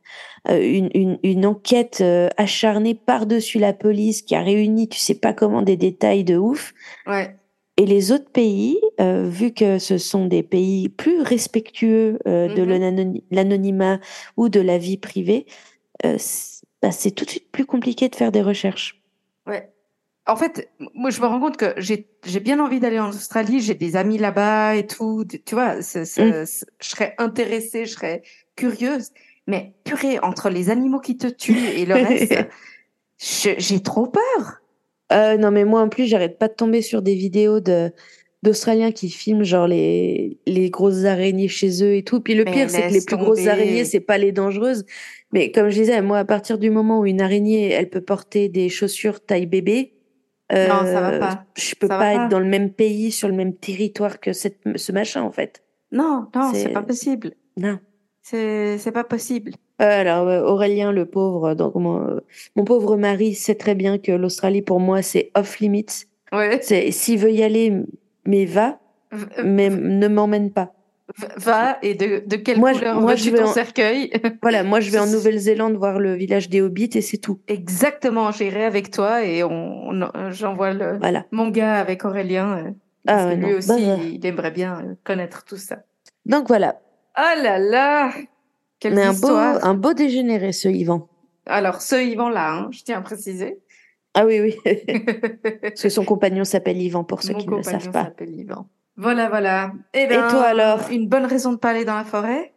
une enquête acharnée par-dessus la police, qui a réuni, tu sais pas comment, des détails de ouf. Ouais. Et les autres pays, vu que ce sont des pays plus respectueux de l'anonymat ou de la vie privée, c'est tout de suite plus compliqué de faire des recherches. Ouais. En fait, moi, je me rends compte que j'ai bien envie d'aller en Australie. J'ai des amis là-bas et tout. Tu vois, je serais intéressée, je serais curieuse. Mais purée, entre les animaux qui te tuent et le reste, j'ai trop peur. Non, mais moi en plus, j'arrête pas de tomber sur des vidéos d'Australiens qui filment genre les grosses araignées chez eux et tout. Puis le Mais pire, c'est que les laisse plus grosses araignées, tomber. c'est pas les dangereuses. Mais comme je disais, moi, à partir du moment où une araignée, elle peut porter des chaussures taille bébé, Non, ça va pas. je peux Ça va pas être pas. dans le même pays, sur le même territoire que ce machin, en fait. Non, c'est pas C'est, possible. non. C'est pas possible. Alors, Aurélien, le pauvre, donc mon pauvre mari sait très bien que l'Australie, pour moi, c'est off limits. Ouais. S'il veut y aller, mais va, mais ne m'emmène pas. Va, et de quelle Moi, couleur moi, je veux-tu vais ton cercueil? voilà, moi, je vais en Nouvelle-Zélande voir le village des Hobbits et c'est tout. Exactement, j'irai avec toi et j'envoie Voilà. mon gars avec Aurélien, parce Ah que ouais, lui non. Bah, aussi, il aimerait bien connaître tout ça. donc voilà. Oh là là, Mais quelles histoires. un beau dégénéré, ce Yvan. Alors, ce Yvan-là, hein, je tiens à préciser. Ah oui, oui. Parce que son compagnon s'appelle Yvan, pour ceux Mon qui ne le savent compagnon pas. s'appelle Yvan. Voilà, voilà. Eh Et toi bien, alors? une bonne raison de pas aller dans la forêt.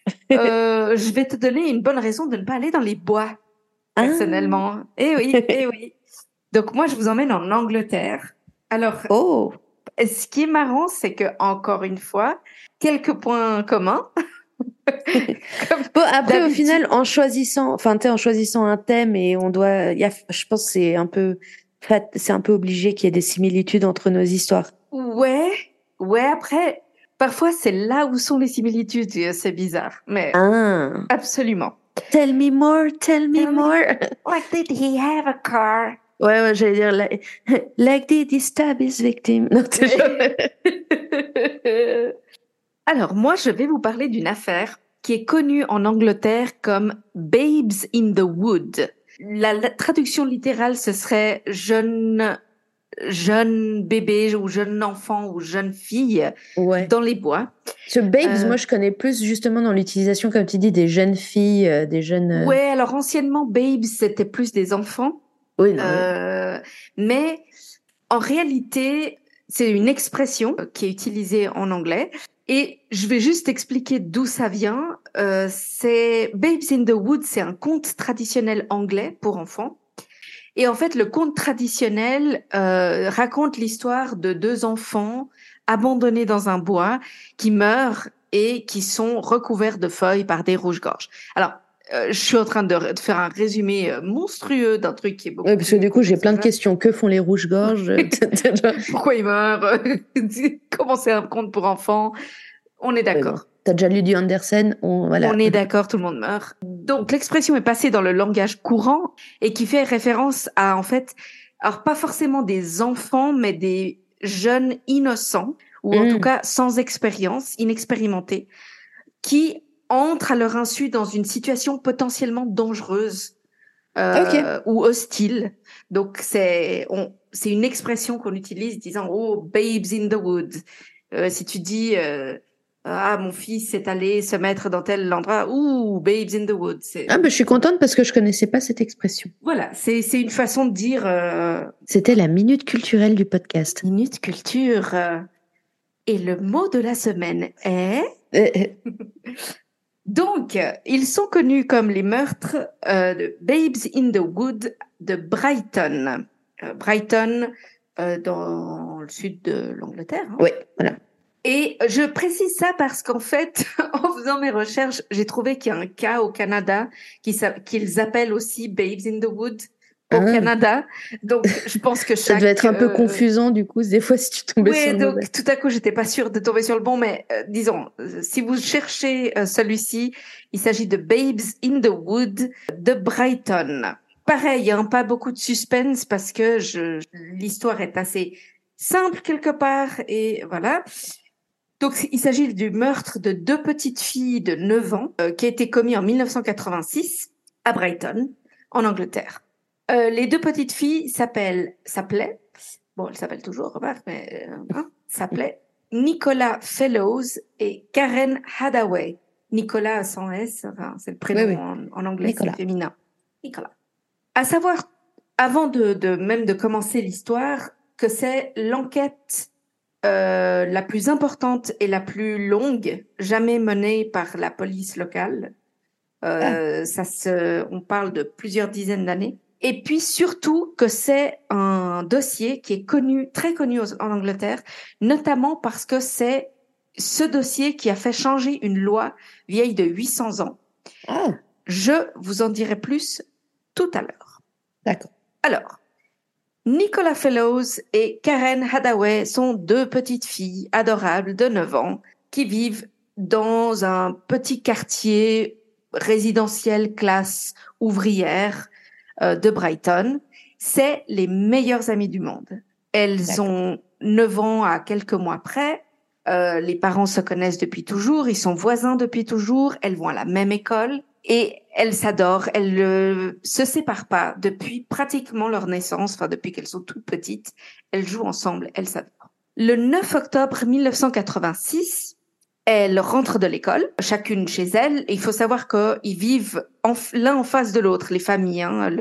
Je vais te donner une bonne raison de ne pas aller dans les bois, Ah. personnellement. Eh oui, eh oui. Donc moi, je vous emmène en Angleterre. Alors, Oh. ce qui est marrant, c'est que encore une fois, quelques points communs. Comme Bon, après, au d'habitude. final, en choisissant un thème et je pense que c'est un peu obligé qu'il y ait des similitudes entre nos histoires. Ouais, ouais. Après, parfois, c'est là où sont les similitudes. C'est bizarre, mais Ah. absolument. Tell me more, tell me Tell me, more. like, did he have a car? Ouais, j'allais dire, like did he stab his victim? Non, Alors, moi, je vais vous parler d'une affaire qui est connue en Angleterre comme Babes in the Wood. La traduction littérale, ce serait jeune bébé ou jeune enfant ou jeune fille ouais. dans les bois. Ce babes, moi, je connais plus justement dans l'utilisation, comme tu dis, des jeunes filles, des jeunes. Ouais, alors anciennement, babes, c'était plus des enfants. Oui, non, Mais en réalité, c'est une expression qui est utilisée en anglais. Et je vais juste expliquer d'où ça vient. C'est Babes in the Wood, c'est un conte traditionnel anglais pour enfants. Et en fait, le conte traditionnel raconte l'histoire de deux enfants abandonnés dans un bois qui meurent et qui sont recouverts de feuilles par des rouges-gorges. Alors, je suis en train de faire un résumé monstrueux d'un truc qui est beaucoup oui, parce que plus du coup, j'ai complexe plein que de ça. questions. Que font les rouges-gorges? Pourquoi ils meurent? Comment c'est un conte pour enfants? On est Ouais, bon. d'accord. T'as déjà lu du Andersen? Voilà. On est d'accord, tout le monde meurt. Donc, l'expression est passée dans le langage courant et qui fait référence à, en fait, alors pas forcément des enfants, mais des jeunes innocents, ou en tout cas sans expérience, inexpérimentés, qui entrent à leur insu dans une situation potentiellement dangereuse ou hostile. Donc, c'est une expression qu'on utilise disant « Oh, babes in the wood ». Si tu dis Ah, mon fils est allé se mettre dans tel endroit. Ouh, babes in the woods. Ah, je suis contente parce que je connaissais pas cette expression. Voilà, c'est une façon de dire... C'était la minute culturelle du podcast. Minute culture. Et le mot de la semaine est... Donc, ils sont connus comme les meurtres de Babes in the Wood de Brighton. Brighton, dans le sud de l'Angleterre. Oui, voilà. Et je précise ça parce qu'en fait, en faisant mes recherches, j'ai trouvé qu'il y a un cas au Canada qu'ils appellent aussi Babes in the Wood au Canada. Donc, je pense que ça devait être un peu confusant, du coup, des fois, si tu tombais sur le donc, tout à coup, j'étais pas sûre de tomber sur le bon, mais disons, si vous cherchez celui-ci, il s'agit de Babes in the Wood de Brighton. Pareil, pas beaucoup de suspense parce que l'histoire est assez simple quelque part et voilà. Donc, il s'agit du meurtre de 2 petites filles de 9 ans qui a été commis en 1986 à Brighton, en Angleterre. Les 2 petites filles s'appelaient, bon, elles s'appellent toujours, remarque, mais s'appelaient Nicola Fellows et Karen Hadaway. Nicolas sans S, c'est le prénom en anglais, c'est féminin. Nicolas. À savoir, avant même de commencer l'histoire, que c'est l'enquête la plus importante et la plus longue jamais menée par la police locale. On parle de plusieurs dizaines d'années. Et puis surtout que c'est un dossier qui est connu, très connu en Angleterre, notamment parce que c'est ce dossier qui a fait changer une loi vieille de 800 ans. Je vous en dirai plus tout à l'heure. D'accord. Alors, Nicola Fellows et Karen Hadaway sont 2 petites filles adorables de 9 ans qui vivent dans un petit quartier résidentiel classe ouvrière de Brighton. C'est les meilleures amies du monde. Elles ont 9 ans à quelques mois près. Les parents se connaissent depuis toujours. Ils sont voisins depuis toujours. Elles vont à la même école. Et elles s'adorent, elles ne se séparent pas depuis pratiquement leur naissance, enfin depuis qu'elles sont toutes petites. Elles jouent ensemble, elles s'adorent. Le 9 octobre 1986, elles rentrent de l'école, chacune chez elles. Et il faut savoir qu'ils vivent l'un en face de l'autre, les familles.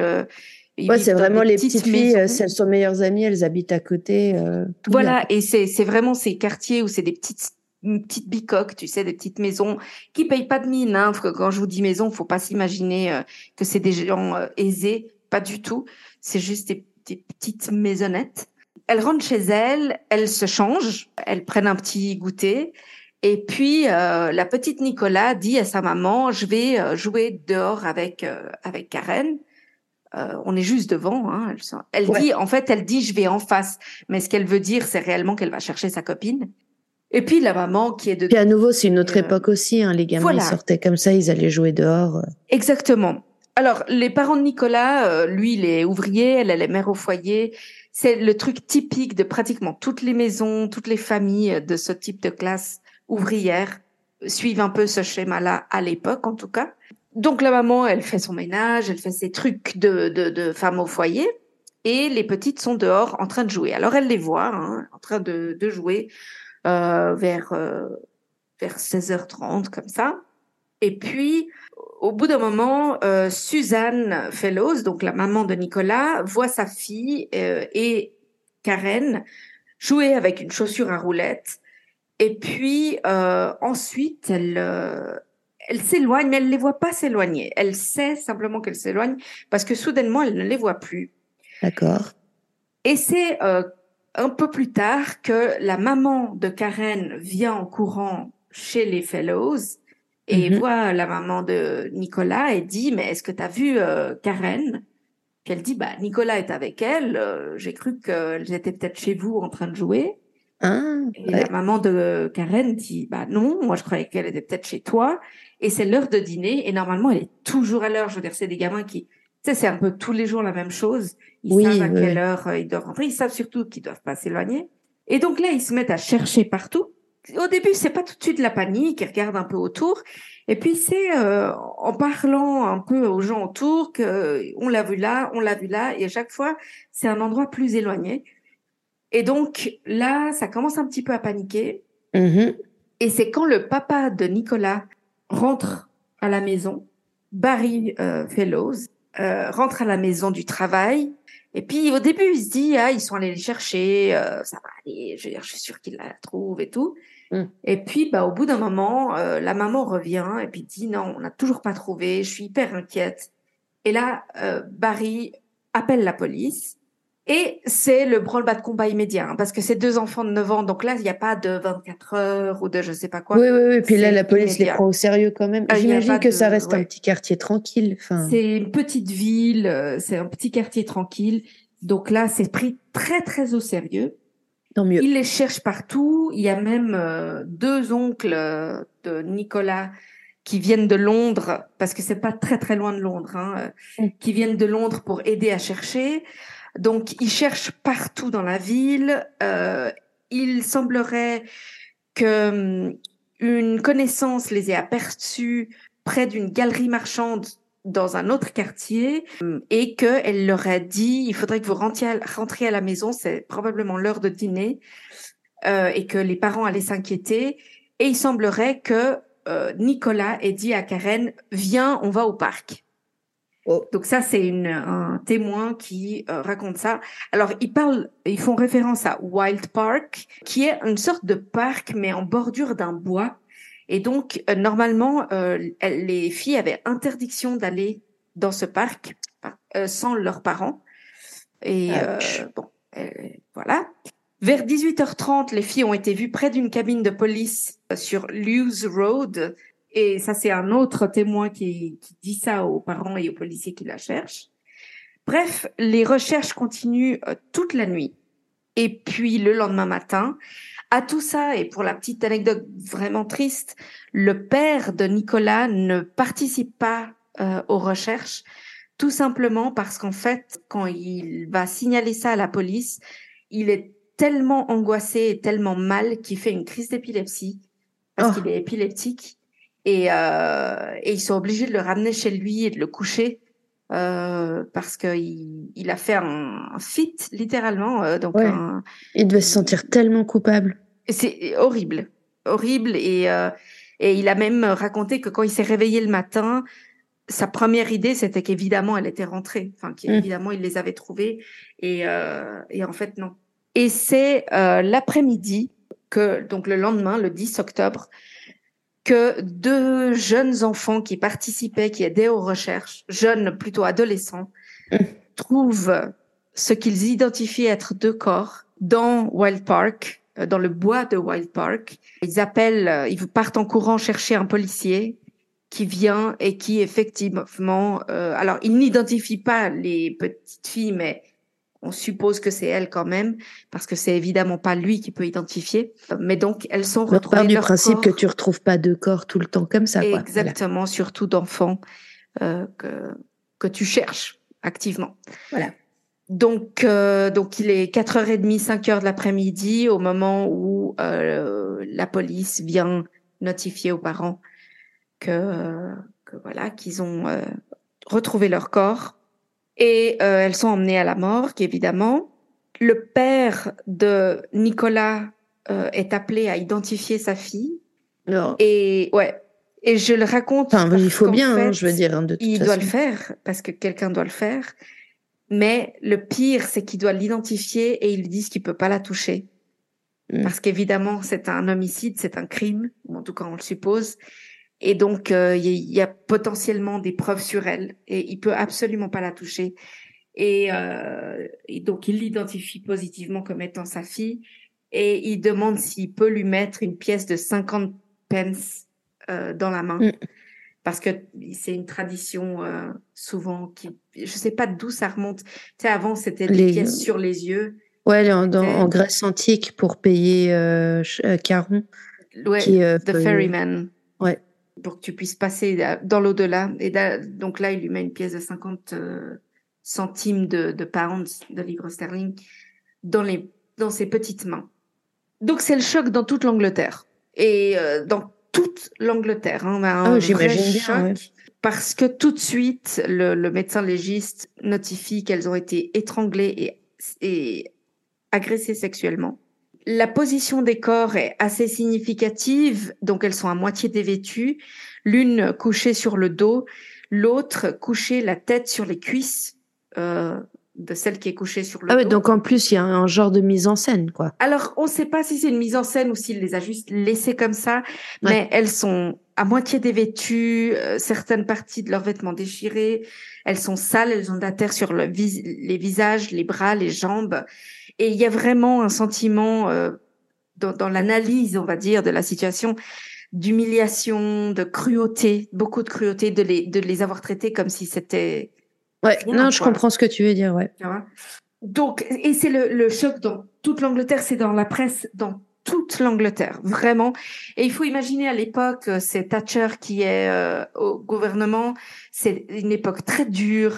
C'est vraiment les petites filles, si elles sont meilleures amies, elles habitent à côté. Voilà, et c'est vraiment ces quartiers où c'est des petites bicoques, tu sais, des petites maisons qui payent pas de mine. Quand je vous dis maison, faut pas s'imaginer que c'est des gens aisés, pas du tout. C'est juste des petites maisonnettes. Elles rentrent chez elles, elles se changent, elles prennent un petit goûter. Et puis, la petite Nicola dit à sa maman, je vais jouer dehors avec Karen. On est juste devant. Elle dit, je vais en face. Mais ce qu'elle veut dire, c'est réellement qu'elle va chercher sa copine. Et puis la maman qui est de... Puis à nouveau, c'est une autre époque aussi. Les gamins, ils sortaient comme ça, ils allaient jouer dehors. Exactement. Alors, les parents de Nicolas, lui, il est ouvrier, elle est mère au foyer. C'est le truc typique de pratiquement toutes les maisons, toutes les familles de ce type de classe ouvrière suivent un peu ce schéma-là à l'époque, en tout cas. Donc la maman, elle fait son ménage, elle fait ses trucs de femme au foyer. Et les petites sont dehors en train de jouer. Alors, elle les voit en train de jouer. Vers 16h30 comme ça. Et puis, au bout d'un moment, Suzanne Fellows, donc la maman de Nicolas, voit sa fille et Karen jouer avec une chaussure à roulettes. Et puis, ensuite, elle s'éloigne, mais elle ne les voit pas s'éloigner. Elle sait simplement qu'elle s'éloigne parce que soudainement, elle ne les voit plus. D'accord. Et c'est... un peu plus tard que la maman de Karen vient en courant chez les Fellows et voit la maman de Nicolas et dit, mais est-ce que tu as vu Karen? Puis elle dit, Nicolas est avec elle, j'ai cru qu'elles étaient peut-être chez vous en train de jouer. Et la maman de Karen dit, non, moi je croyais qu'elle était peut-être chez toi. Et c'est l'heure de dîner et normalement elle est toujours à l'heure. Je veux dire, c'est des gamins qui... Tu sais, c'est un peu tous les jours la même chose. Ils savent à quelle heure ils doivent rentrer. Ils savent surtout qu'ils doivent pas s'éloigner. Et donc là, ils se mettent à chercher partout. Au début, c'est pas tout de suite la panique. Ils regardent un peu autour. Et puis, c'est en parlant un peu aux gens autour qu'on l'a vu là, on l'a vu là. Et à chaque fois, c'est un endroit plus éloigné. Et donc là, ça commence un petit peu à paniquer. Et c'est quand le papa de Nicolas rentre à la maison, Barry Fellows, rentre à la maison du travail. Et puis au début, il se dit, ils sont allés les chercher, ça va aller, je veux dire, je suis sûre qu'ils la trouvent et tout. Et puis, au bout d'un moment, la maman revient et puis dit, non, on n'a toujours pas trouvé, je suis hyper inquiète. Et là, Barry appelle la police. Et c'est le branle-bas de combat immédiat, parce que c'est 2 enfants de 9 ans, donc là, il n'y a pas de 24 heures ou de je sais pas quoi. Oui. Puis là, la police les prend au sérieux quand même. J'imagine que ça reste un petit quartier tranquille. C'est une petite ville, c'est un petit quartier tranquille. Donc là, c'est pris très, très au sérieux. Tant mieux. Ils les cherchent partout. Il y a même 2 oncles de Nicolas qui viennent de Londres, parce que c'est pas très, très loin de Londres, qui viennent de Londres pour aider à chercher. Donc, ils cherchent partout dans la ville. Il semblerait que une connaissance les ait aperçus près d'une galerie marchande dans un autre quartier et qu'elle leur a dit, il faudrait que vous rentriez à la maison, c'est probablement l'heure de dîner, et que les parents allaient s'inquiéter. Et il semblerait que Nicolas ait dit à Karen, viens, on va au parc. Oh. Donc ça, c'est un témoin qui raconte ça. Alors, ils font référence à Wild Park, qui est une sorte de parc, mais en bordure d'un bois. Et donc, normalement, les filles avaient interdiction d'aller dans ce parc sans leurs parents. Et voilà. Vers 18h30, les filles ont été vues près d'une cabine de police sur Lewes Road. Et ça, c'est un autre témoin qui dit ça aux parents et aux policiers qui la cherchent. Bref, les recherches continuent toute la nuit. Et puis, le lendemain matin, à tout ça, et pour la petite anecdote vraiment triste, le père de Nicolas ne participe pas aux recherches, tout simplement parce qu'en fait, quand il va signaler ça à la police, il est tellement angoissé et tellement mal qu'il fait une crise d'épilepsie, parce qu'il est épileptique. Et ils sont obligés de le ramener chez lui et de le coucher parce qu'il a fait un fit littéralement. Donc il devait se sentir tellement coupable. C'est horrible. Et il a même raconté que quand il s'est réveillé le matin, sa première idée, c'était qu'évidemment, elle était rentrée. Enfin, qu'évidemment, il les avait trouvés. Et en fait, non. Et c'est l'après-midi, donc le lendemain, le 10 octobre, que 2 jeunes enfants qui participaient, qui aidaient aux recherches, jeunes plutôt adolescents, trouvent ce qu'ils identifient être 2 corps dans Wild Park, dans le bois de Wild Park. Ils partent en courant chercher un policier qui vient et qui effectivement, alors il n'identifie pas les petites filles, mais on suppose que c'est elle quand même, parce que c'est évidemment pas lui qui peut identifier. Mais donc, elles sont retrouvées. On part du principe que tu retrouves pas 2 corps tout le temps comme ça. Exactement, voilà. Surtout d'enfants que tu cherches activement. Voilà. Donc il est 4h30, 5h de l'après-midi, au moment où la police vient notifier aux parents qu'ils ont retrouvé leur corps. Et elles sont emmenées à la morgue, évidemment. Le père de Nicolas est appelé à identifier sa fille. Non. Et je le raconte. Enfin, il faut bien, je veux dire, de toute façon. Il doit le faire, parce que quelqu'un doit le faire. Mais le pire, c'est qu'il doit l'identifier et ils lui disent qu'il peut pas la toucher. Parce qu'évidemment, c'est un homicide, c'est un crime, ou en tout cas, on le suppose. Et donc, il y a potentiellement des preuves sur elle et il peut absolument pas la toucher. Et donc, il l'identifie positivement comme étant sa fille et il demande s'il peut lui mettre une pièce de 50 pence dans la main. Parce que c'est une tradition souvent je sais pas d'où ça remonte. Tu sais, avant, c'était des pièces sur les yeux. Ouais, en Grèce antique pour payer Charon. Ouais, the ferryman. Ouais. Pour que tu puisses passer dans l'au-delà. Et donc là, il lui met une pièce de 50 centimes de pounds, de livres sterling, dans ses petites mains. Donc c'est le choc dans toute l'Angleterre. Et dans toute l'Angleterre. J'imagine bien. Ouais. Parce que tout de suite, le médecin légiste notifie qu'elles ont été étranglées et agressées sexuellement. La position des corps est assez significative, donc elles sont à moitié dévêtues, l'une couchée sur le dos, l'autre couchée la tête sur les cuisses de celle qui est couchée sur le dos. Ah ouais, donc en plus, il y a un genre de mise en scène, quoi. Alors, on ne sait pas si c'est une mise en scène ou s'il les a juste laissées comme ça, mais elles sont à moitié dévêtues, certaines parties de leurs vêtements déchirés, elles sont sales, elles ont de la terre sur les visages, les bras, les jambes. Et il y a vraiment un sentiment dans l'analyse, on va dire, de la situation, d'humiliation, de cruauté, beaucoup de cruauté, de les avoir traités comme si c'était... Ouais, rien, non, je comprends ce que tu veux dire, ouais. Donc, et c'est le choc dans toute l'Angleterre, c'est dans la presse, dans toute l'Angleterre, vraiment. Et il faut imaginer à l'époque, c'est Thatcher qui est au gouvernement, c'est une époque très dure,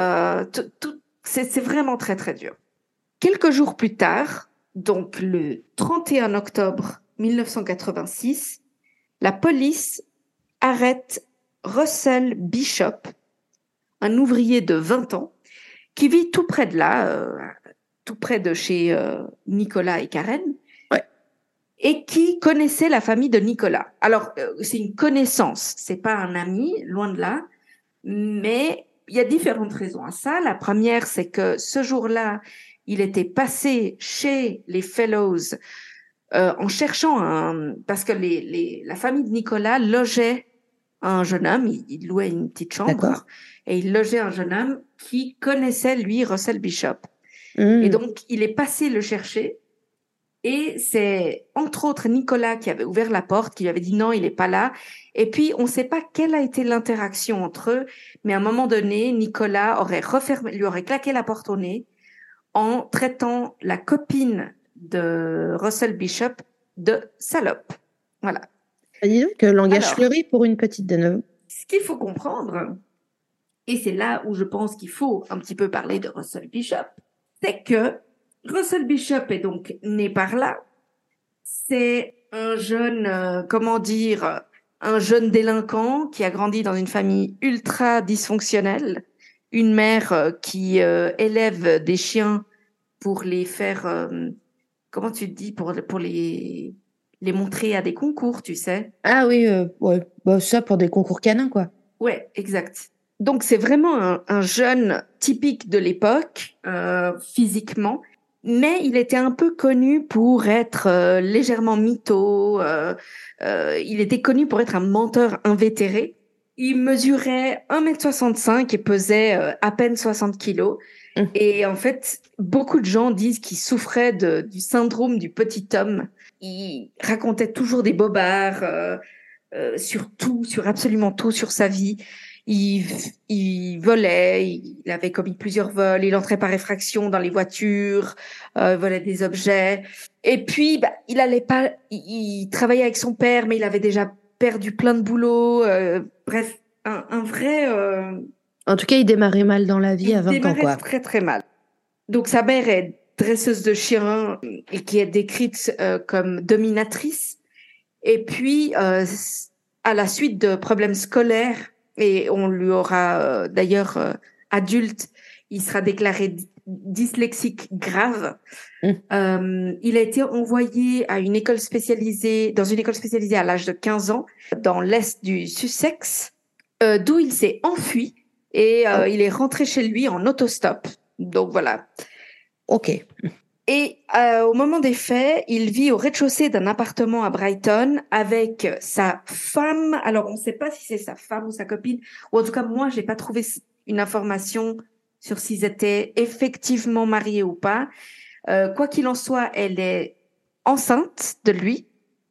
c'est vraiment très, très dur. Quelques jours plus tard, donc le 31 octobre 1986, la police arrête Russell Bishop, un ouvrier de 20 ans, qui vit tout près de là, tout près de chez Nicolas et Karen, et qui connaissait la famille de Nicolas. Alors, c'est une connaissance, c'est pas un ami, loin de là, mais il y a différentes raisons à ça. La première, c'est que ce jour-là, il était passé chez les Fellows en cherchant parce que la famille de Nicolas logeait un jeune homme, il louait une petite chambre, et il logeait un jeune homme qui connaissait, lui, Russell Bishop. Et donc, il est passé le chercher, et c'est, entre autres, Nicolas qui avait ouvert la porte, qui lui avait dit non, il n'est pas là. Et puis, on ne sait pas quelle a été l'interaction entre eux, mais à un moment donné, Nicolas lui aurait claqué la porte au nez en traitant la copine de Russell Bishop de salope. Voilà. Dis donc, langage fleuri pour une petite de 9 ans. Ce qu'il faut comprendre, et c'est là où je pense qu'il faut un petit peu parler de Russell Bishop, c'est que Russell Bishop est donc né par là. C'est un jeune, un jeune délinquant qui a grandi dans une famille ultra dysfonctionnelle, une mère qui élève des chiens pour les faire, comment tu te dis, pour les montrer à des concours, tu sais. Ah oui, ouais, bah, ça pour des concours canins, quoi. Ouais, exact. Donc c'est vraiment un jeune typique de l'époque, physiquement, mais il était un peu connu pour être légèrement mytho, il était connu pour être un menteur invétéré. Il mesurait 1,65 m et pesait à peine 60 kilos. Et en fait, beaucoup de gens disent qu'il souffrait du syndrome du petit homme. Il racontait toujours des bobards sur tout, sur absolument tout, sur sa vie. Il volait, il avait commis plusieurs vols, il entrait par effraction dans les voitures, volait des objets. Et puis, il travaillait avec son père, mais il avait déjà perdu plein de boulot. Bref, un vrai... En tout cas, il démarrait mal dans la vie à 20 ans, quoi. Il démarrait très, très mal. Donc, sa mère est dresseuse de chiens et qui est décrite comme dominatrice. Et puis, à la suite de problèmes scolaires, et on lui aura d'ailleurs adulte, il sera déclaré dyslexique grave. Il a été envoyé dans une école spécialisée à l'âge de 15 ans, dans l'est du Sussex, d'où il s'est enfui et il est rentré chez lui en autostop. Donc voilà. Ok. Et au moment des faits, il vit au rez-de-chaussée d'un appartement à Brighton avec sa femme. Alors, on ne sait pas si c'est sa femme ou sa copine. Ou en tout cas, moi, j'ai pas trouvé une information sur s'ils étaient effectivement mariés ou pas. Quoi qu'il en soit, elle est enceinte de lui.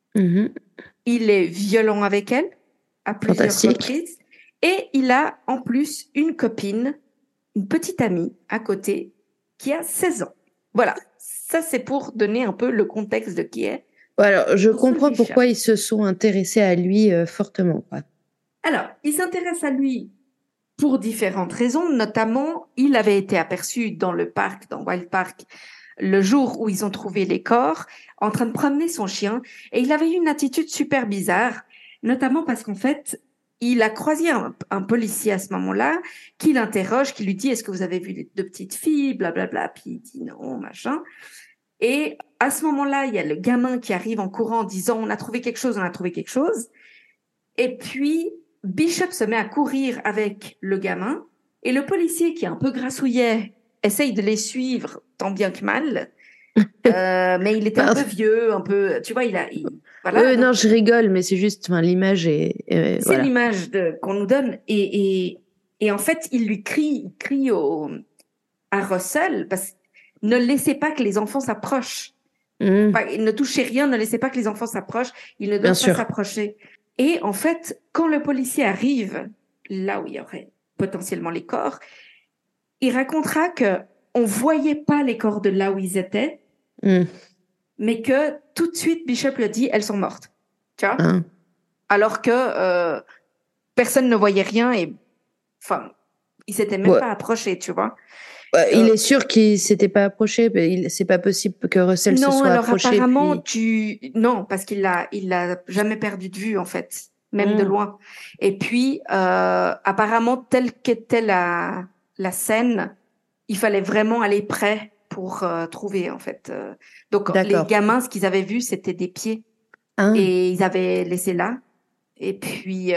Il est violent avec elle à plusieurs reprises. Et il a en plus une copine, une petite amie à côté qui a 16 ans. Voilà. Ça, c'est pour donner un peu le contexte de qui est. Alors, je comprends pourquoi ils se sont intéressés à lui fortement. Ouais. Alors, ils s'intéressent à lui pour différentes raisons. Notamment, il avait été aperçu dans le parc, dans Wild Park, le jour où ils ont trouvé les corps, en train de promener son chien. Et il avait eu une attitude super bizarre, notamment parce qu'en fait, il a croisé un policier à ce moment-là qui l'interroge, qui lui dit « Est-ce que vous avez vu les deux petites filles ?» blablabla. Puis il dit « Non, machin. » Et à ce moment-là, il y a le gamin qui arrive en courant en disant on a trouvé quelque chose, on a trouvé quelque chose. Et puis, Bishop se met à courir avec le gamin et le policier qui est un peu grassouillet essaye de les suivre tant bien que mal. Mais il était un peu vieux, un peu, tu vois, voilà. Non, je rigole, mais c'est juste, l'image c'est voilà. L'image qu'on nous donne et en fait, il crie à Russell parce ne laissez pas que les enfants s'approchent. Enfin, ne touchez rien, ne laissez pas que les enfants s'approchent. Ils ne doivent pas s'approcher. Et en fait, quand le policier arrive là où il y aurait potentiellement les corps, il racontera que on voyait pas les corps de là où ils étaient, mais que tout de suite Bishop lui a dit elles sont mortes, tu vois, alors que personne ne voyait rien et enfin il s'était même pas approché, tu vois. Il est sûr qu'il s'était pas approché. C'est pas possible que Russell se soit approché. Non, alors apparemment non, parce qu'il l'a jamais perdu de vue en fait, même de loin. Et puis apparemment telle qu'était la scène, il fallait vraiment aller près pour trouver en fait. Donc les gamins, ce qu'ils avaient vu, c'était des pieds et ils avaient laissé là. Et puis,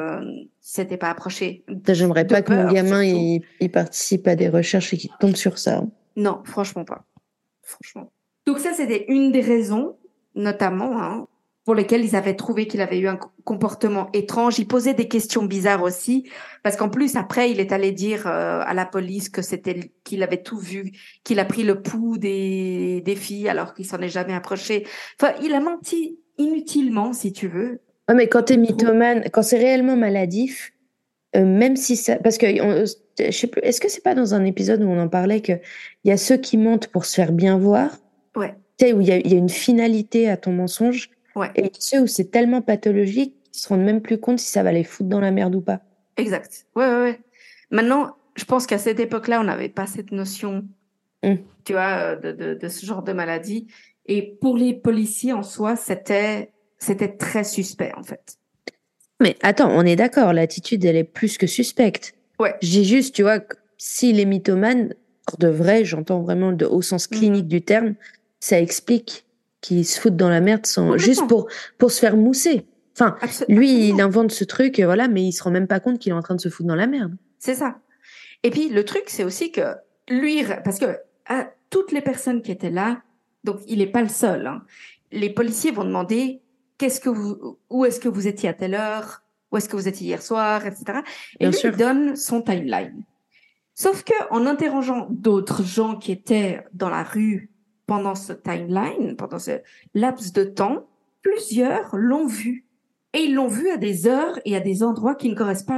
s'était pas approché. J'aimerais pas que mon gamin il participe à des recherches et qu'il tombe sur ça. Non, franchement pas. Franchement. Donc ça, c'était une des raisons, notamment, pour lesquelles ils avaient trouvé qu'il avait eu un comportement étrange. Il posait des questions bizarres aussi, parce qu'en plus, après, il est allé dire à la police que qu'il avait tout vu, qu'il a pris le pouls des filles alors qu'il s'en est jamais approché. Enfin, il a menti inutilement, si tu veux. Ouais, mais quand t'es mythomane, quand c'est réellement maladif, même si ça, parce que je sais plus, est-ce que c'est pas dans un épisode où on en parlait que il y a ceux qui mentent pour se faire bien voir, ouais, tu sais, où il y a une finalité à ton mensonge, ouais, et ceux où c'est tellement pathologique qu'ils se rendent même plus compte si ça va les foutre dans la merde ou pas. Exact. Ouais. Maintenant, je pense qu'à cette époque-là, on n'avait pas cette notion, tu vois, de ce genre de maladie. Et pour les policiers en soi, c'était très suspect, en fait. Mais attends, on est d'accord, l'attitude, elle est plus que suspecte. Ouais. J'ai juste, tu vois, s'il est mythomane, de vrai, j'entends vraiment au sens clinique du terme, ça explique qu'il se fout dans la merde juste pour se faire mousser. Enfin, lui, il invente ce truc, voilà, mais il se rend même pas compte qu'il est en train de se foutre dans la merde. C'est ça. Et puis, le truc, c'est aussi que lui, parce que toutes les personnes qui étaient là, donc il n'est pas le seul, hein, les policiers vont demander où est-ce que vous étiez à telle heure, où est-ce que vous étiez hier soir, etc. Et lui, il donne son timeline. Sauf que en interrogeant d'autres gens qui étaient dans la rue pendant ce timeline, pendant ce laps de temps, plusieurs l'ont vu. Et ils l'ont vu à des heures et à des endroits qui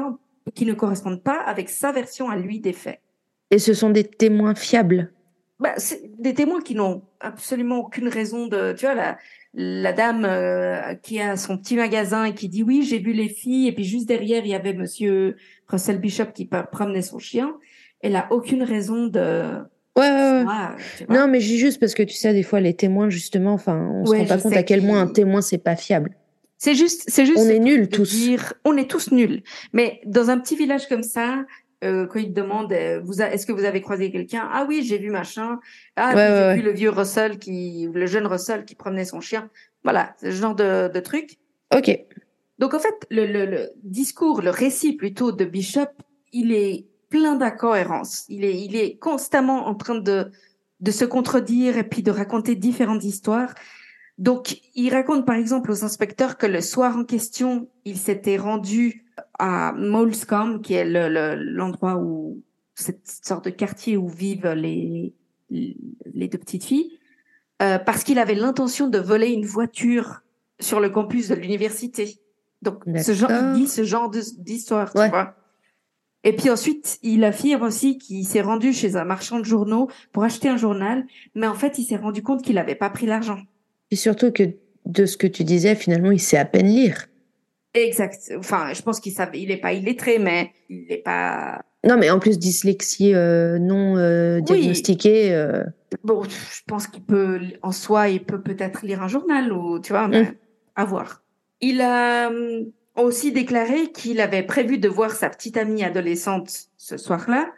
ne correspondent pas avec sa version à lui des faits. Et ce sont des témoins fiables? C'est des témoins qui n'ont absolument aucune raison de... Tu vois, la dame qui a son petit magasin et qui dit « Oui, j'ai vu les filles. » Et puis juste derrière, il y avait monsieur Russell Bishop qui promenait son chien. Elle a aucune raison de... Ouais. Non, mais j'ai juste parce que tu sais, des fois, les témoins, justement, on se rend pas compte à quel point un témoin, c'est pas fiable. C'est juste. On est nuls tous. On est tous nuls. Mais dans un petit village comme ça, quand ils te demandent, est-ce que vous avez croisé quelqu'un? Ah oui, j'ai vu machin. Ah, j'ai vu le vieux Russell le jeune Russell qui promenait son chien. Voilà, c'est ce genre de truc. Ok. Donc en fait, le discours, le récit plutôt de Bishop, il est plein d'incohérences. Il est constamment en train de se contredire et puis de raconter différentes histoires. Donc, il raconte par exemple aux inspecteurs que le soir en question, il s'était rendu à Molescombe, qui est l'endroit où, cette sorte de quartier où vivent les deux petites filles, parce qu'il avait l'intention de voler une voiture sur le campus de l'université. Donc, il dit ce genre d'histoire, tu vois. Et puis ensuite, il affirme aussi qu'il s'est rendu chez un marchand de journaux pour acheter un journal, mais en fait, il s'est rendu compte qu'il n'avait pas pris l'argent. Et surtout que de ce que tu disais, finalement, il sait à peine lire. Exact. Enfin, je pense il n'est pas illettré, mais il n'est pas... Non, mais en plus, dyslexie non diagnostiquée... Bon, je pense qu'il peut, en soi, il peut peut-être lire un journal, ou tu vois, mais à voir. Il a aussi déclaré qu'il avait prévu de voir sa petite amie adolescente ce soir-là,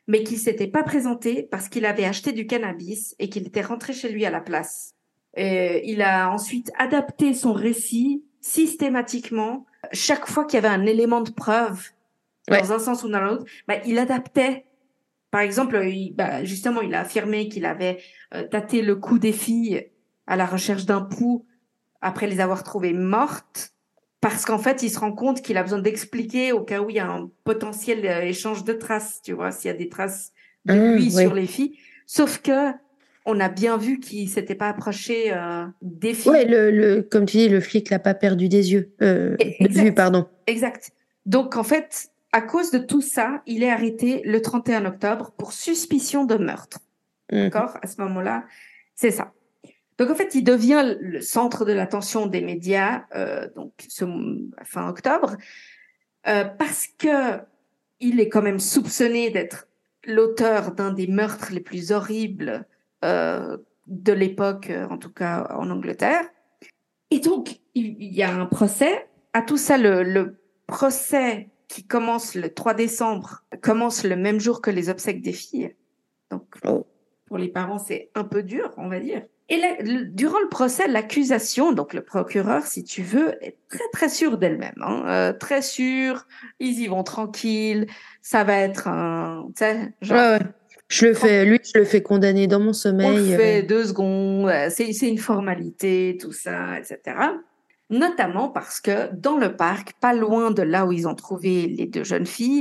mais qu'il s'était pas présenté parce qu'il avait acheté du cannabis et qu'il était rentré chez lui à la place. Et il a ensuite adapté son récit systématiquement. Chaque fois qu'il y avait un élément de preuve, dans un sens ou dans l'autre, il adaptait. Par exemple, justement, il a affirmé qu'il avait tâté le cou des filles à la recherche d'un pouls après les avoir trouvées mortes, parce qu'en fait, il se rend compte qu'il a besoin d'expliquer au cas où il y a un potentiel échange de traces, tu vois, s'il y a des traces de lui sur les filles. Sauf que on a bien vu qu'il s'était pas approché des filles. Ouais, comme tu dis, le flic l'a pas perdu des yeux, de vue, pardon. Exact. Donc en fait, à cause de tout ça, il est arrêté le 31 octobre pour suspicion de meurtre. D'accord ? À ce moment-là, c'est ça. Donc en fait, il devient le centre de l'attention des médias, donc fin octobre, parce que il est quand même soupçonné d'être l'auteur d'un des meurtres les plus horribles de l'époque, en tout cas en Angleterre. Et donc, il y a un procès. À tout ça, le procès qui commence le 3 décembre commence le même jour que les obsèques des filles. Donc, pour les parents, c'est un peu dur, on va dire. Et là, durant le procès, l'accusation, donc le procureur, si tu veux, est très très sûr d'elle-même, très sûr. Ils y vont tranquilles. Ça va être un, tu sais, genre. Ouais. Je le fais condamner dans mon sommeil. On le fait 2 secondes. C'est une formalité, tout ça, etc. Notamment parce que dans le parc, pas loin de là où ils ont trouvé les deux filles,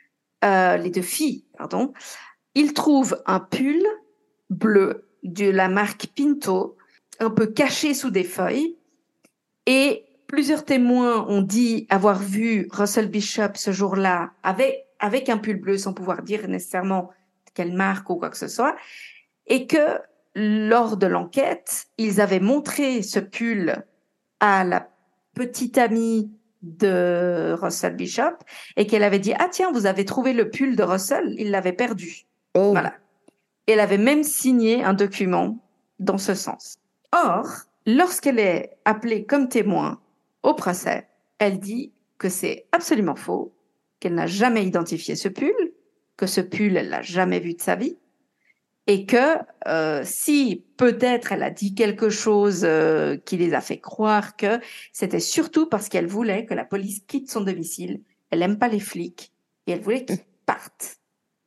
ils trouvent un pull bleu de la marque Pinto, un peu caché sous des feuilles. Et plusieurs témoins ont dit avoir vu Russell Bishop ce jour-là avec un pull bleu, sans pouvoir dire nécessairement quelle marque ou quoi que ce soit. Et que lors de l'enquête, ils avaient montré ce pull à la petite amie de Russell Bishop et qu'elle avait dit « Ah tiens, vous avez trouvé le pull de Russell, il l'avait perdu. » Voilà. Elle avait même signé un document dans ce sens. Or, lorsqu'elle est appelée comme témoin au procès, elle dit que c'est absolument faux, qu'elle n'a jamais identifié ce pull, que ce pull, elle l'a jamais vu de sa vie, et que si peut-être elle a dit quelque chose qui les a fait croire que c'était surtout parce qu'elle voulait que la police quitte son domicile. Elle aime pas les flics et elle voulait qu'ils partent.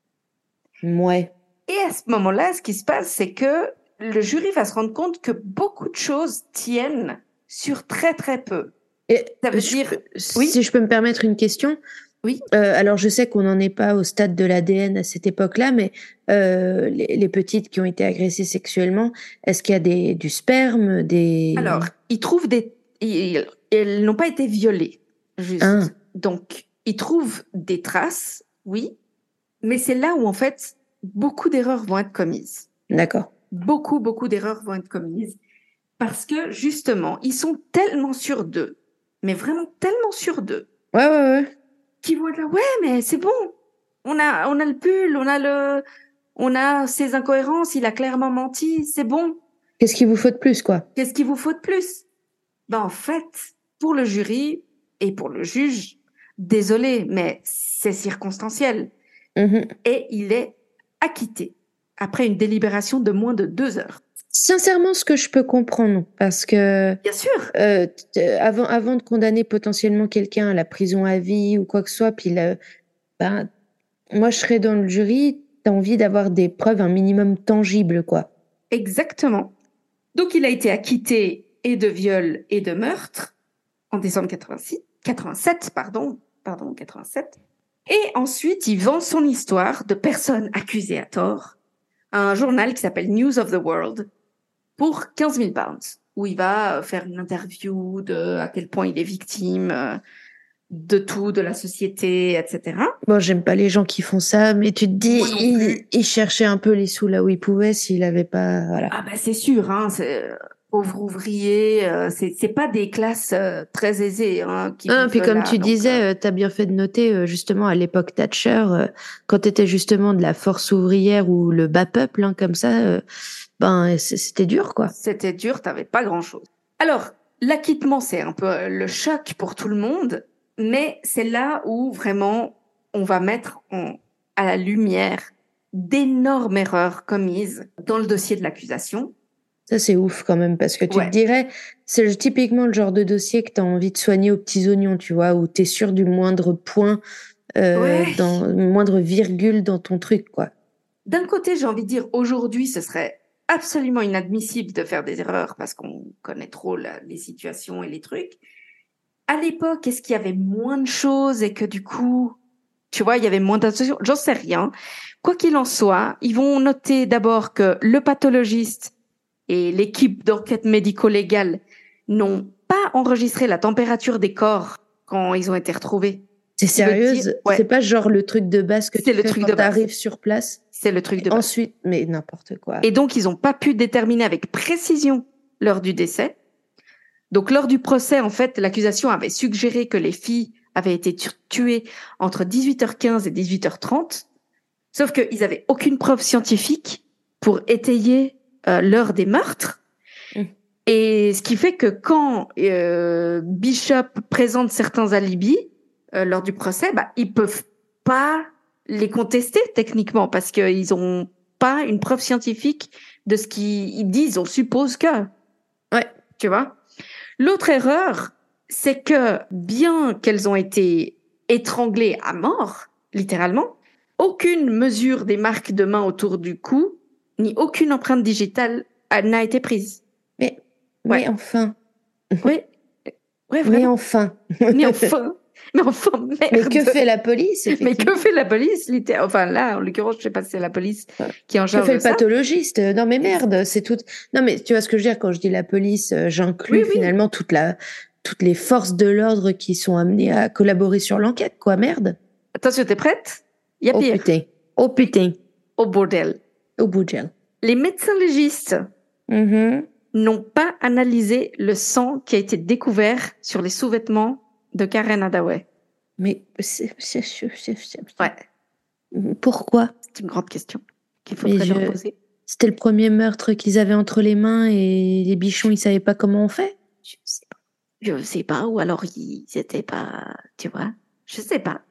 Ouais. Et à ce moment-là, ce qui se passe, c'est que le jury va se rendre compte que beaucoup de choses tiennent sur très très peu. Et ça veut dire, si je peux me permettre une question. Oui. Alors, je sais qu'on n'en est pas au stade de l'ADN à cette époque-là, mais les petites qui ont été agressées sexuellement, est-ce qu'il y a du sperme, Alors, ils trouvent elles n'ont pas été violées, juste. Donc, ils trouvent des traces, oui, mais c'est là où, en fait, beaucoup d'erreurs vont être commises. D'accord. Beaucoup d'erreurs vont être commises parce que, justement, ils sont tellement sûrs d'eux, mais vraiment tellement sûrs d'eux. Ouais. Qui vont être là, ouais, mais c'est bon. On a le pull, on a ces incohérences, il a clairement menti, c'est bon. Qu'est-ce qu'il vous faut de plus, quoi? Qu'est-ce qu'il vous faut de plus? En fait, pour le jury et pour le juge, désolé, mais c'est circonstanciel. Et il est acquitté après une délibération de moins de 2 heures. Sincèrement, ce que je peux comprendre, parce que bien sûr, avant de condamner potentiellement quelqu'un à la prison à vie ou quoi que ce soit, puis moi je serais dans le jury, t'as envie d'avoir des preuves un minimum tangibles, quoi. Exactement. Donc il a été acquitté et de viol et de meurtre en décembre 87. Et ensuite, il vend son histoire de personnes accusées à tort à un journal qui s'appelle News of the World pour 15 000 pounds, où il va faire une interview de à quel point il est victime de tout, de la société, etc. Bon, j'aime pas les gens qui font ça, mais tu te dis, il cherchait un peu les sous là où il pouvait, s'il avait pas, voilà. Ah bah c'est sûr, pauvres ouvriers, c'est pas des classes très aisées. Puis comme tu disais, t'as bien fait de noter justement à l'époque Thatcher, quand t'étais justement de la force ouvrière ou le bas peuple, comme ça, c'était dur, quoi. C'était dur, t'avais pas grand-chose. Alors, l'acquittement, c'est un peu le choc pour tout le monde, mais c'est là où vraiment on va mettre à la lumière d'énormes erreurs commises dans le dossier de l'accusation. Ça, c'est ouf quand même, parce que tu te dirais, c'est typiquement le genre de dossier que tu as envie de soigner aux petits oignons, tu vois, où tu es sûr du moindre point, dans moindre virgule dans ton truc, quoi. D'un côté, j'ai envie de dire, aujourd'hui, ce serait absolument inadmissible de faire des erreurs parce qu'on connaît trop les situations et les trucs. À l'époque, est-ce qu'il y avait moins de choses et que du coup, tu vois, il y avait moins d'attention? J'en sais rien. Quoi qu'il en soit, ils vont noter d'abord que le pathologiste et l'équipe d'enquête médico-légale n'ont pas enregistré la température des corps quand ils ont été retrouvés. C'est sérieuse? C'est pas genre le truc de base que tu fais quand t'arrives sur place? C'est le truc de base. Ensuite, mais n'importe quoi. Et donc, ils n'ont pas pu déterminer avec précision l'heure du décès. Donc, lors du procès, en fait, l'accusation avait suggéré que les filles avaient été tuées entre 18h15 et 18h30. Sauf qu'ils n'avaient aucune preuve scientifique pour étayer l'heure des meurtres. Et ce qui fait que quand Bishop présente certains alibis lors du procès, ils peuvent pas les contester techniquement parce qu'ils n'ont pas une preuve scientifique de ce qu'ils disent. On suppose que. Ouais. Tu vois? L'autre erreur, c'est que bien qu'elles ont été étranglées à mort, littéralement, aucune mesure des marques de main autour du cou, ni aucune empreinte digitale n'a été prise. Mais enfin. Oui. Ouais, mais enfin. Mais enfin. Mais enfin, merde. Mais que fait la police? Mais que fait la police? Enfin, là, en l'occurrence, je sais pas si c'est la police qui est en charge de ça. Que fait le pathologiste? Non, mais merde, c'est tout. Non, mais tu vois ce que je veux dire quand je dis la police, j'inclus finalement toutes les forces de l'ordre qui sont amenées à collaborer sur l'enquête, quoi, merde. Attention, t'es prête? Il y a pire. Putain. Oh putain. Au bordel. Au bordel. Les médecins légistes n'ont pas analysé le sang qui a été découvert sur les sous-vêtements de Karen Hadaway. Mais ouais. Pourquoi? C'est une grande question qu'il faudrait leur poser. C'était le premier meurtre qu'ils avaient entre les mains et les bichons, ils savaient pas comment on fait? Je sais pas. Ou alors ils étaient pas, tu vois. Je sais pas.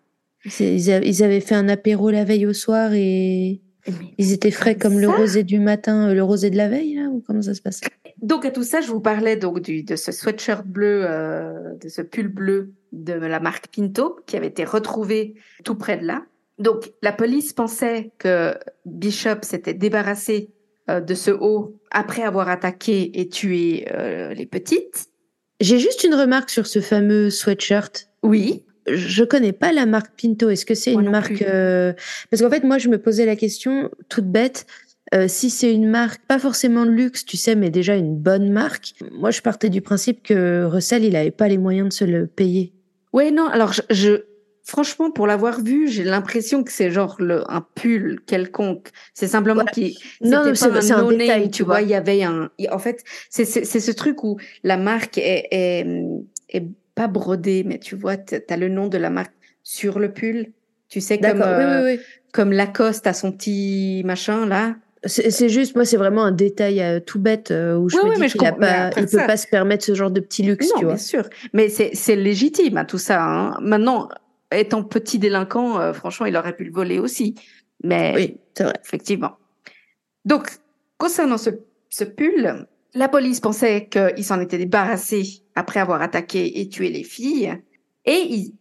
Ils avaient fait un apéro la veille au soir et ils étaient frais comme le rosé du matin, le rosé de la veille, là, ou comment ça se passe? Donc, à tout ça, je vous parlais donc de ce sweatshirt bleu, de ce pull bleu de la marque Pinto qui avait été retrouvé tout près de là. Donc, la police pensait que Bishop s'était débarrassé de ce haut après avoir attaqué et tué les petites. J'ai juste une remarque sur ce fameux sweatshirt. Oui. Je connais pas la marque Pinto. Est-ce que c'est une marque Parce qu'en fait, moi, je me posais la question toute bête. Si c'est une marque, pas forcément de luxe, tu sais, mais déjà une bonne marque. Moi, je partais du principe que Russell, il avait pas les moyens de se le payer. Ouais, non. Alors, franchement, pour l'avoir vu, j'ai l'impression que c'est genre un pull quelconque. C'est simplement qu'il c'est un détail, tu vois. Il y avait en fait, c'est ce truc où la marque est pas brodée, mais tu vois, t'as le nom de la marque sur le pull. Tu sais, comme Lacoste a son petit machin là. C'est juste, moi, c'est vraiment un détail tout bête où je me dis qu'il peut pas se permettre ce genre de petit luxe, tu vois. Bien sûr. Mais c'est légitime, hein, tout ça. Hein. Maintenant, étant petit délinquant, franchement, il aurait pu le voler aussi. Mais oui, c'est vrai. Effectivement. Donc, concernant ce pull, la police pensait qu'ils s'en étaient débarrassés après avoir attaqué et tué les filles. Et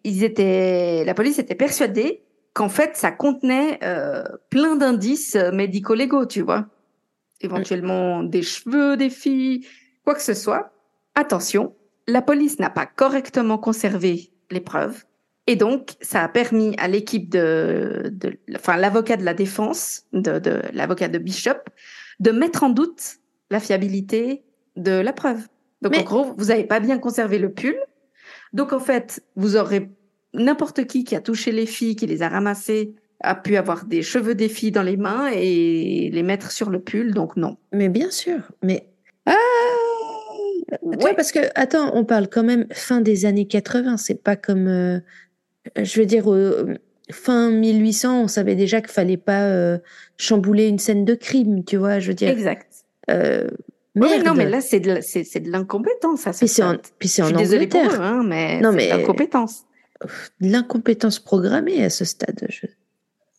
la police était persuadée qu'en fait, ça contenait plein d'indices médico-légaux, tu vois. Éventuellement des cheveux des filles, quoi que ce soit. Attention, la police n'a pas correctement conservé les preuves. Et donc, ça a permis à l'équipe l'avocat de la défense, de l'avocat de Bishop, de mettre en doute la fiabilité de la preuve. Donc, en gros, vous n'avez pas bien conservé le pull. Donc, en fait, vous aurez n'importe qui a touché les filles, qui les a ramassées, a pu avoir des cheveux des filles dans les mains et les mettre sur le pull, donc non. Mais bien sûr, mais... Ouais, parce que, attends, on parle quand même fin des années 80, c'est pas comme... je veux dire, fin 1800, on savait déjà qu'il fallait pas chambouler une scène de crime, tu vois, je veux dire. Exact. Merde. Non, mais là, c'est de l'incompétence, ça. Puis c'est en Angleterre. Désolée pour eux, hein, mais c'est de l'incompétence. De l'incompétence programmée à ce stade.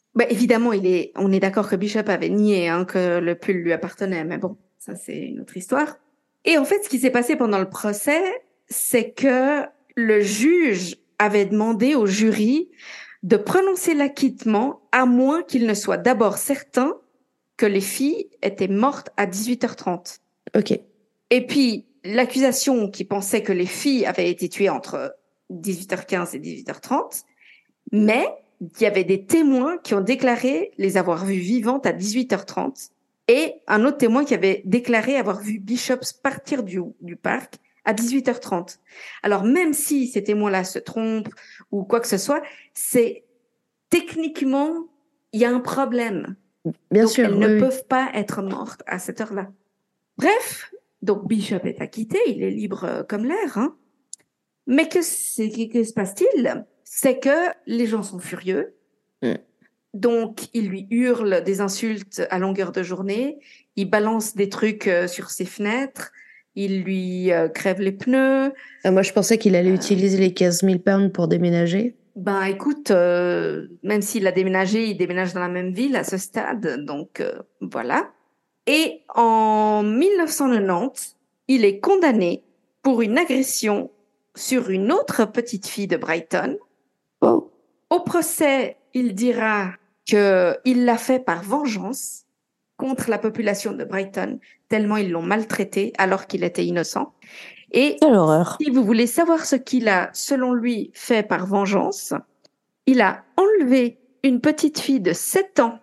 Bah, évidemment, on est d'accord que Bishop avait nié que le pull lui appartenait, mais bon, ça c'est une autre histoire. Et en fait, ce qui s'est passé pendant le procès, c'est que le juge avait demandé au jury de prononcer l'acquittement à moins qu'il ne soit d'abord certain que les filles étaient mortes à 18h30. Ok. Et puis, l'accusation qui pensait que les filles avaient été tuées entre 18h15 et 18h30, mais il y avait des témoins qui ont déclaré les avoir vues vivantes à 18h30 et un autre témoin qui avait déclaré avoir vu Bishop partir du parc à 18h30. Alors, même si ces témoins-là se trompent ou quoi que ce soit, c'est techniquement, il y a un problème. Bien donc, sûr, elles ne peuvent pas être mortes à cette heure-là. Bref, donc Bishop est acquitté, il est libre comme l'air. Hein. Mais que se passe-t-il? C'est que les gens sont furieux. Donc, ils lui hurlent des insultes à longueur de journée. Ils balancent des trucs sur ses fenêtres. Ils lui crèvent les pneus. Moi, je pensais qu'il allait utiliser les 15 000 pounds pour déménager. Ben, écoute, même s'il a déménagé, il déménage dans la même ville à ce stade. Donc, voilà. Et en 1990, il est condamné pour une agression sur une autre petite fille de Brighton. Oh. Au procès, il dira qu'il l'a fait par vengeance contre la population de Brighton, tellement ils l'ont maltraité alors qu'il était innocent. Et quelle horreur. Si vous voulez savoir ce qu'il a, selon lui, fait par vengeance, il a enlevé une petite fille de 7 ans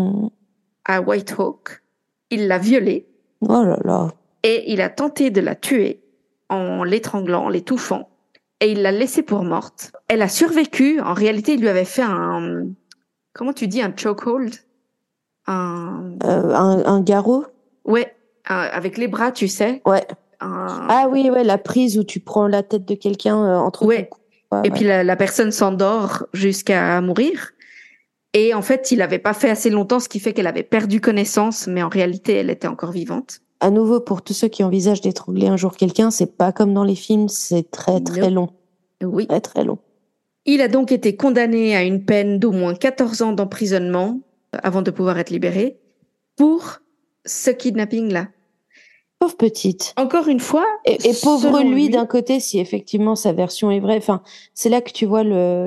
à Whitehawk. Il l'a violée. Oh là là. Et il a tenté de la tuer en l'étranglant, en l'étouffant. Et il l'a laissée pour morte. Elle a survécu. En réalité, il lui avait fait un... Comment tu dis, un chokehold? Un garrot? Ouais, avec les bras, tu sais. Ouais. Ah oui, ouais, la prise où tu prends la tête de quelqu'un entre ouais. Et puis la personne s'endort jusqu'à mourir. Et en fait, il n'avait pas fait assez longtemps, ce qui fait qu'elle avait perdu connaissance, mais en réalité, elle était encore vivante. À nouveau, pour tous ceux qui envisagent d'étrangler un jour quelqu'un, c'est pas comme dans les films, c'est très très long. Oui. Très très long. Il a donc été condamné à une peine d'au moins 14 ans d'emprisonnement avant de pouvoir être libéré pour ce kidnapping-là. Pauvre petite. Encore une fois. Et pauvre lui d'un côté, si effectivement sa version est vraie. Enfin, c'est là que tu vois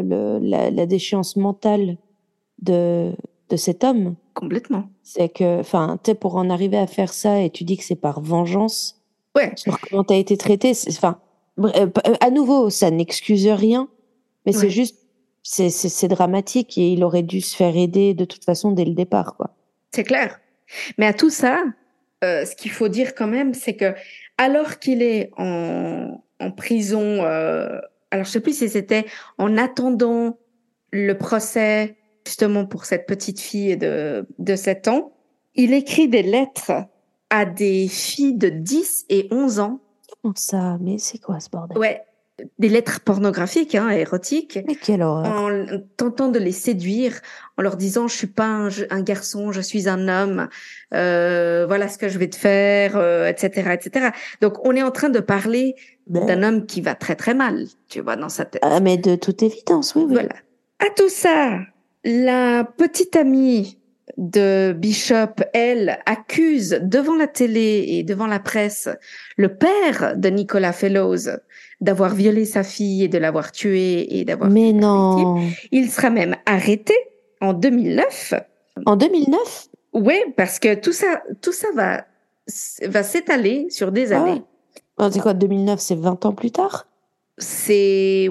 la déchéance mentale de cet homme. Complètement. C'est que, enfin, tu sais, pour en arriver à faire ça et tu dis que c'est par vengeance. Ouais. Sur comment t'as été traité. Enfin, à nouveau, ça n'excuse rien, mais c'est juste, c'est dramatique et il aurait dû se faire aider de toute façon dès le départ, quoi. C'est clair. Mais à tout ça, ce qu'il faut dire quand même, c'est que alors qu'il est en prison, alors je sais plus si c'était en attendant le procès justement pour cette petite fille de 7 ans, il écrit des lettres à des filles de 10 et 11 ans. Comment ça? Mais c'est quoi ce bordel? Ouais, des lettres pornographiques, érotiques. Mais quelle horreur. En tentant de les séduire, en leur disant je suis pas un garçon, je suis un homme, voilà ce que je vais te faire, etc., etc. Donc on est en train de parler d'un homme qui va très très mal, tu vois, dans sa tête. Ah, mais de toute évidence, oui. Voilà. À tout ça, la petite amie de Bishop, elle, accuse devant la télé et devant la presse le père de Nicolas Fellows d'avoir violé sa fille et de l'avoir tuée et d'avoir... Mais non. Il sera même arrêté en 2009. En 2009? Oui, parce que tout ça va s'étaler sur des années. C'est quoi, 2009, c'est 20 ans plus tard? C'est,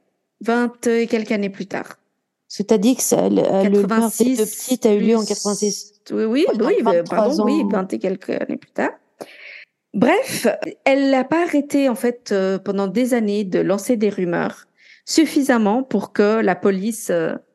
20 et quelques années plus tard. Parce que t'as dit que le meurtre des deux petites a eu lieu en 86. Oui, 20 et quelques années plus tard. Bref, elle l'a pas arrêté en fait pendant des années de lancer des rumeurs suffisamment pour que la police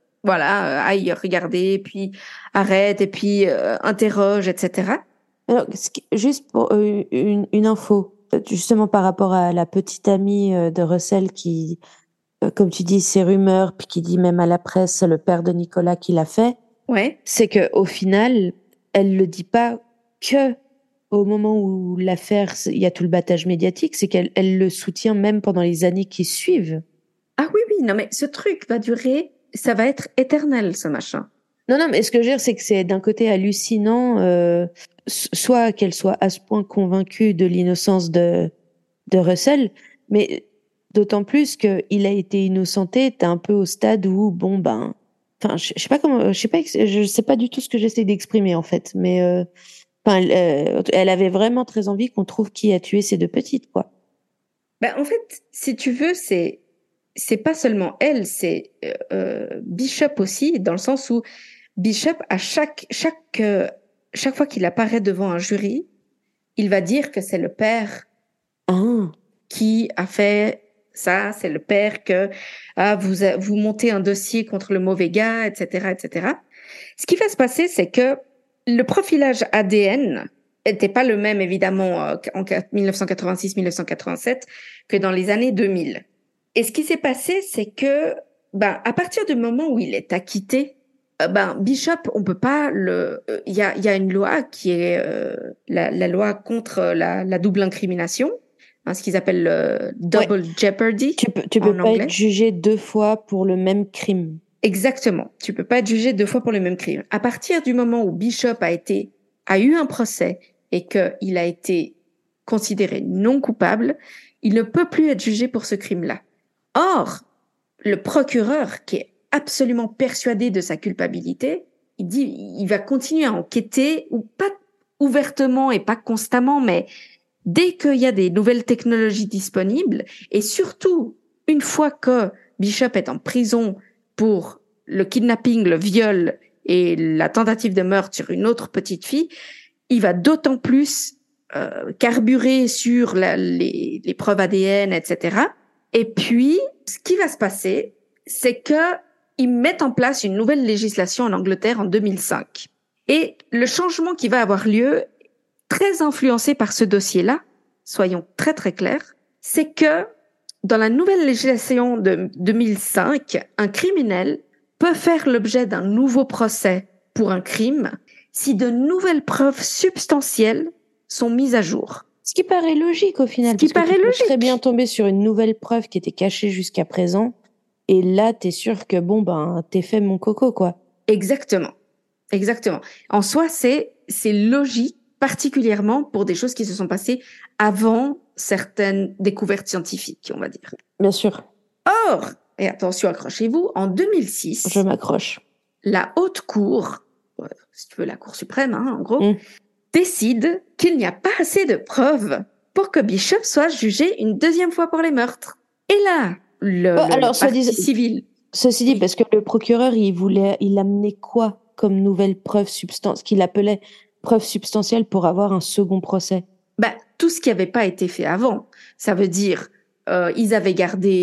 aille regarder, puis arrête et puis interroge, etc. Alors, juste pour une info, justement par rapport à la petite amie de Russell qui, comme tu dis, ces rumeurs, puis qui dit même à la presse, le père de Nicolas qui l'a fait. Ouais. C'est que au final, elle le dit pas que au moment où l'affaire, il y a tout le battage médiatique, c'est qu'elle le soutient même pendant les années qui suivent. Ah oui, non mais ce truc va durer, ça va être éternel ce machin. Non, mais ce que je veux dire, c'est que c'est d'un côté hallucinant, soit qu'elle soit à ce point convaincue de l'innocence de Russell, mais d'autant plus qu'il a été innocenté, t'es un peu au stade où, enfin, je sais pas comment, je sais pas du tout ce que j'essaie d'exprimer, en fait, mais, elle avait vraiment très envie qu'on trouve qui a tué ces deux petites, quoi. En fait, si tu veux, c'est pas seulement elle, c'est Bishop aussi, dans le sens où Bishop, à chaque fois qu'il apparaît devant un jury, il va dire que c'est le père qui a fait ça, c'est le père que vous montez un dossier contre le mauvais gars, etc., etc. Ce qui va se passer, c'est que le profilage ADN était pas le même, évidemment, en 1986-1987 que dans les années 2000. Et ce qui s'est passé, c'est que, à partir du moment où il est acquitté, Bishop, on peut pas il y a une loi qui est la loi contre la double incrimination, ce qu'ils appellent le double jeopardy. Tu peux pas être jugé 2 fois pour le même crime. Exactement. Tu peux pas être jugé 2 fois pour le même crime. À partir du moment où Bishop a eu un procès et qu'il a été considéré non coupable, il ne peut plus être jugé pour ce crime-là. Or, le procureur, qui est absolument persuadé de sa culpabilité, il va continuer à enquêter, ou pas ouvertement et pas constamment, mais dès qu'il y a des nouvelles technologies disponibles, et surtout, une fois que Bishop est en prison pour le kidnapping, le viol et la tentative de meurtre sur une autre petite fille, il va d'autant plus carburer sur les preuves ADN, etc. Et puis, ce qui va se passer, c'est qu'ils mettent en place une nouvelle législation en Angleterre en 2005. Et le changement qui va avoir lieu, très influencé par ce dossier-là, soyons très très clairs, c'est que dans la nouvelle législation de 2005, un criminel peut faire l'objet d'un nouveau procès pour un crime si de nouvelles preuves substantielles sont mises à jour. Ce qui paraît logique au final. Tu peux très bien tomber sur une nouvelle preuve qui était cachée jusqu'à présent. Et là, t'es sûr que t'es fait mon coco, quoi. Exactement. En soi, c'est logique, particulièrement pour des choses qui se sont passées avant certaines découvertes scientifiques, on va dire. Bien sûr. Or, et attention, accrochez-vous, en 2006... Je m'accroche. La haute cour, si tu veux la cour suprême, en gros, décide qu'il n'y a pas assez de preuves pour que Bishop soit jugé une deuxième fois pour les meurtres. Et là, le parti civil... Ceci dit, parce que le procureur, il amenait quoi comme nouvelle preuve qu'il appelait preuve substantielle pour avoir un second procès? Tout ce qui n'avait pas été fait avant. Ça veut dire, ils avaient gardé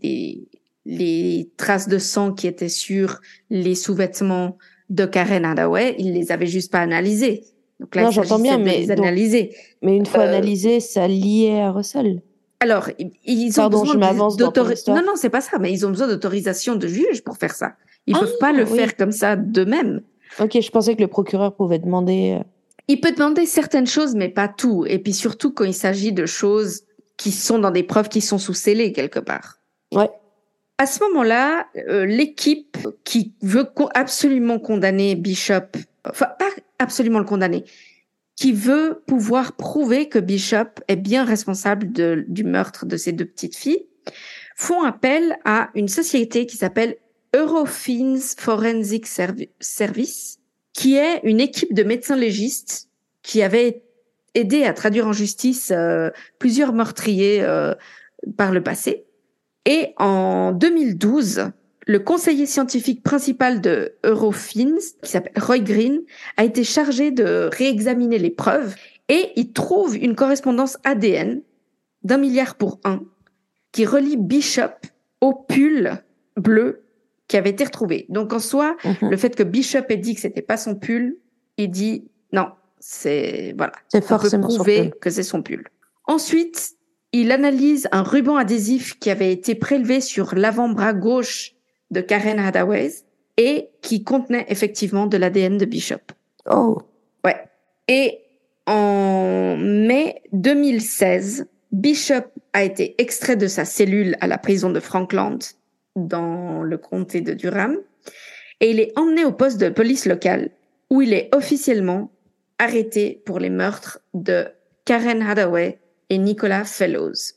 les traces de sang qui étaient sur les sous-vêtements de Karen Hadaway, ils les avaient juste pas analysés. Donc là, j'entends bien, mais une fois analysé, ça liait à Russell. Alors, ils ont besoin d'autorisation. Non, c'est pas ça, mais ils ont besoin d'autorisation de juge pour faire ça. Ils peuvent pas le faire comme ça d'eux-mêmes. Ok, je pensais que le procureur pouvait demander. Il peut demander certaines choses, mais pas tout. Et puis surtout quand il s'agit de choses qui sont dans des preuves qui sont sous scellées quelque part. Ouais. À ce moment-là, l'équipe qui veut absolument condamner Bishop, enfin pas absolument le condamner, qui veut pouvoir prouver que Bishop est bien responsable du meurtre de ces deux petites filles, font appel à une société qui s'appelle Eurofins Forensic Service, qui est une équipe de médecins légistes qui avait aidé à traduire en justice plusieurs meurtriers par le passé. Et en 2012, le conseiller scientifique principal de Eurofins, qui s'appelle Roy Green, a été chargé de réexaminer les preuves et il trouve une correspondance ADN d'1 milliard pour 1 qui relie Bishop au pull bleu qui avait été retrouvé. Donc en soi, le fait que Bishop ait dit que c'était pas son pull, il dit non, c'est forcément prouver que c'est son pull. Ensuite, il analyse un ruban adhésif qui avait été prélevé sur l'avant-bras gauche de Karen Hadaway et qui contenait effectivement de l'ADN de Bishop. Oh. Ouais. Et en mai 2016, Bishop a été extrait de sa cellule à la prison de Frankland dans le comté de Durham Et il est emmené au poste de police local où il est officiellement arrêté pour les meurtres de Karen Hathaway et Nicolas Fellows.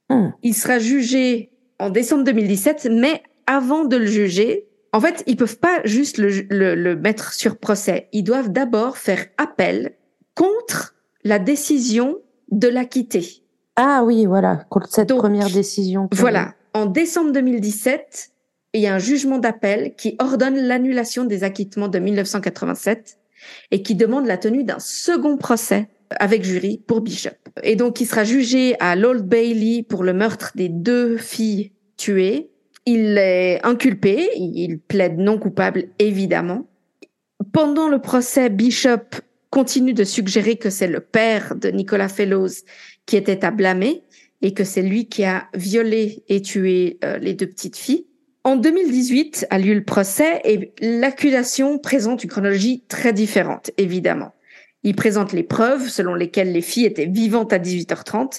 Il sera jugé en décembre 2017, mais avant de le juger, en fait, ils peuvent pas juste le mettre sur procès. Ils doivent d'abord faire appel contre la décision de l'acquitter. Ah oui, voilà, contre cette première décision. Voilà, en décembre 2017, il y a un jugement d'appel qui ordonne l'annulation des acquittements de 1987 et qui demande la tenue d'un second procès avec jury pour Bishop. Et donc, il sera jugé à l'Old Bailey pour le meurtre des 2 filles tuées. Il est inculpé, il plaide non coupable, évidemment. Pendant le procès, Bishop continue de suggérer que c'est le père de Nicolas Fellows qui était à blâmer et que c'est lui qui a violé et tué les 2 petites filles. En 2018 a lieu le procès et l'accusation présente une chronologie très différente, évidemment. Il présente les preuves selon lesquelles les filles étaient vivantes à 18h30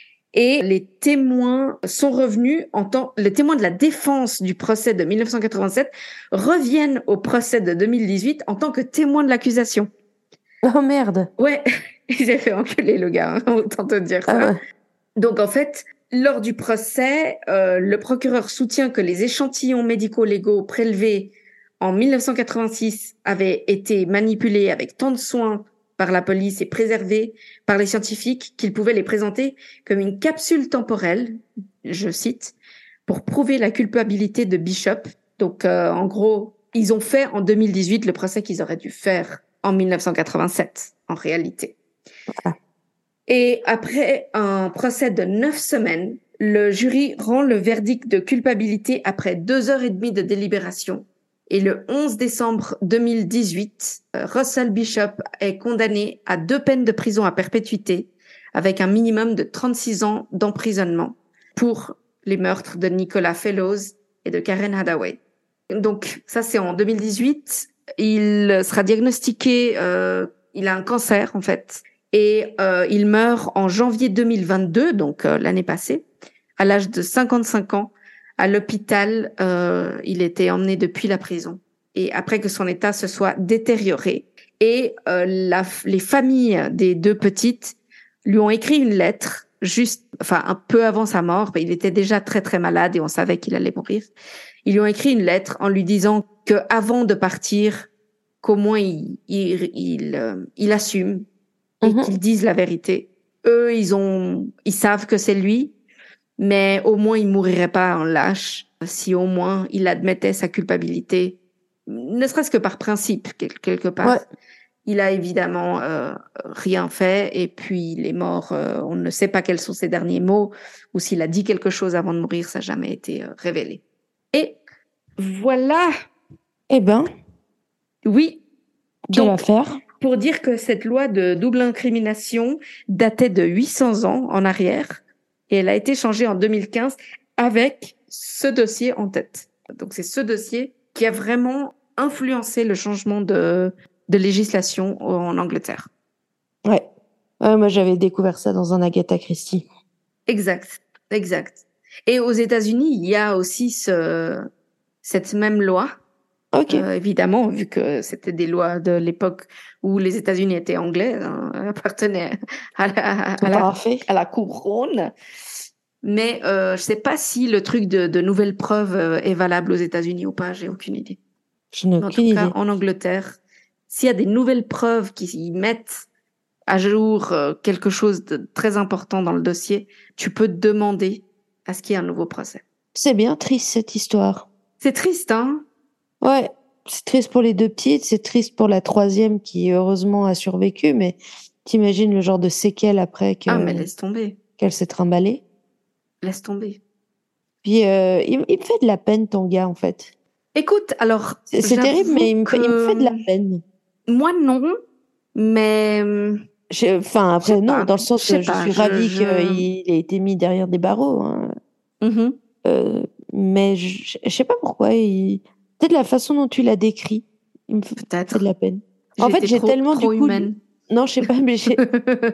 et les témoins sont revenus les témoins de la défense du procès de 1987 reviennent au procès de 2018 en tant que témoins de l'accusation. Oh merde. Ouais, il s'est fait enculer le gars, autant te dire ça. Ouais. Donc en fait, lors du procès, le procureur soutient que les échantillons médico-légaux prélevés en 1986 avaient été manipulés avec tant de soin par la police et préservés par les scientifiques qu'ils pouvaient les présenter comme une capsule temporelle, je cite, pour prouver la culpabilité de Bishop. Donc en gros, ils ont fait en 2018 le procès qu'ils auraient dû faire en 1987, en réalité. Ah. Et après un procès de 9 semaines, le jury rend le verdict de culpabilité après 2h30 de délibération. Et le 11 décembre 2018, Russell Bishop est condamné à 2 peines de prison à perpétuité avec un minimum de 36 ans d'emprisonnement pour les meurtres de Nicolas Fellows et de Karen Hathaway. Donc ça, c'est en 2018. Il sera diagnostiqué, il a un cancer en fait. Et il meurt en janvier 2022, donc l'année passée, à l'âge de 55 ans. À l'hôpital, il était emmené depuis la prison. Et après que son état se soit détérioré. Et les familles des 2 petites lui ont écrit une lettre, un peu avant sa mort. Il était déjà très très malade et on savait qu'il allait mourir. Ils lui ont écrit une lettre en lui disant que avant de partir, qu'au moins il assume et qu'ils disent la vérité. Eux, ils savent que c'est lui, mais au moins il mourirait pas en lâche si au moins il admettait sa culpabilité, ne serait-ce que par principe quelque part. Ouais. Il a évidemment rien fait et puis il est mort. On ne sait pas quels sont ses derniers mots ou s'il a dit quelque chose avant de mourir, ça n'a jamais été révélé. Et voilà. Eh ben, oui. Quelle affaire. Pour dire que cette loi de double incrimination datait de 800 ans en arrière et elle a été changée en 2015 avec ce dossier en tête. Donc c'est ce dossier qui a vraiment influencé le changement de législation en Angleterre. Ouais. Moi j'avais découvert ça dans un Agatha Christie. Exact. Et aux États-Unis, il y a aussi cette même loi. Okay. Évidemment, vu que c'était des lois de l'époque où les États-Unis étaient anglais, appartenaient à la couronne. Mais je sais pas si le truc de nouvelles preuves est valable aux États-Unis ou pas, j'ai aucune idée. Je n'ai aucune idée. En tout cas, en Angleterre, s'il y a des nouvelles preuves qui mettent à jour quelque chose de très important dans le dossier, tu peux demander à ce qu'il y ait un nouveau procès. C'est bien triste cette histoire. C'est triste, hein? Ouais, c'est triste pour les 2 petites, c'est triste pour la 3e qui heureusement a survécu, mais t'imagines le genre de séquelles après mais laisse tomber. Qu'elle s'est trimballée. Laisse tomber. Puis il me fait de la peine ton gars en fait. Écoute, alors c'est terrible, mais il me fait de la peine. Moi non, mais enfin après non, dans le sens que je suis ravie qu'il ait été mis derrière des barreaux. Hein. Mais je sais pas pourquoi. Peut-être la façon dont tu l'as décrit, il me fait de la peine. En fait, j'ai tellement du coup. Non, je sais pas, mais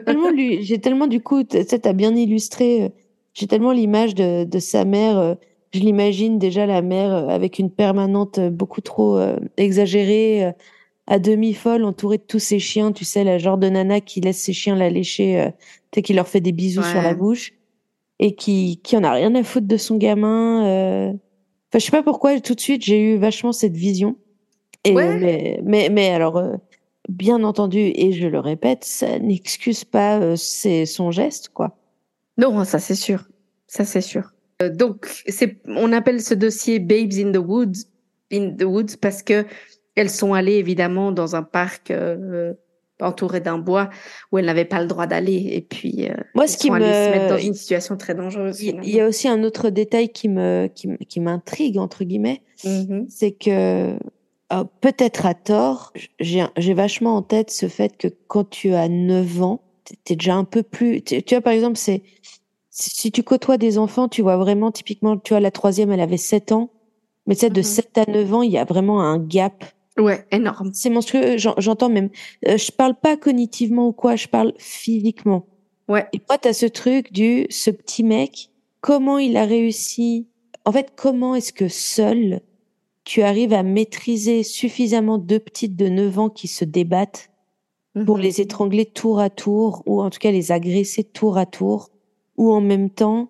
j'ai tellement du coup, t'as bien illustré. J'ai tellement l'image de sa mère. Je l'imagine déjà la mère avec une permanente beaucoup trop exagérée, à demi folle, entourée de tous ses chiens, tu sais, la genre de nana qui laisse ses chiens la lécher, tu sais, qui leur fait des bisous sur la bouche et qui en a rien à foutre de son gamin. Enfin, je sais pas pourquoi tout de suite j'ai eu vachement cette vision. Et mais alors, bien entendu, et je le répète, ça n'excuse pas son geste, quoi. Non, ça c'est sûr, ça c'est sûr. Donc, on appelle ce dossier Babes in the Woods parce que elles sont allées évidemment dans un parc entouré d'un bois où elles n'avaient pas le droit d'aller. Et puis, Moi, elles sont allées se mettre dans une situation très dangereuse. Il y a aussi un autre détail qui m'intrigue, entre guillemets, c'est que, peut-être à tort, j'ai vachement en tête ce fait que quand tu as 9 ans, t'es déjà un peu plus... Tu vois, par exemple, si tu côtoies des enfants, tu vois vraiment, typiquement, tu vois, la troisième, elle avait 7 ans, mais celle de 7 à 9 ans, il y a vraiment un gap. Ouais, énorme. C'est monstrueux, j'entends même. Je parle pas cognitivement ou quoi, je parle physiquement. Ouais. Et toi, t'as ce truc ce petit mec, comment il a réussi, en fait, comment est-ce que seul, tu arrives à maîtriser suffisamment deux petites de 9 ans qui se débattent pour les étrangler tour à tour, ou en tout cas les agresser tour à tour, ou en même temps,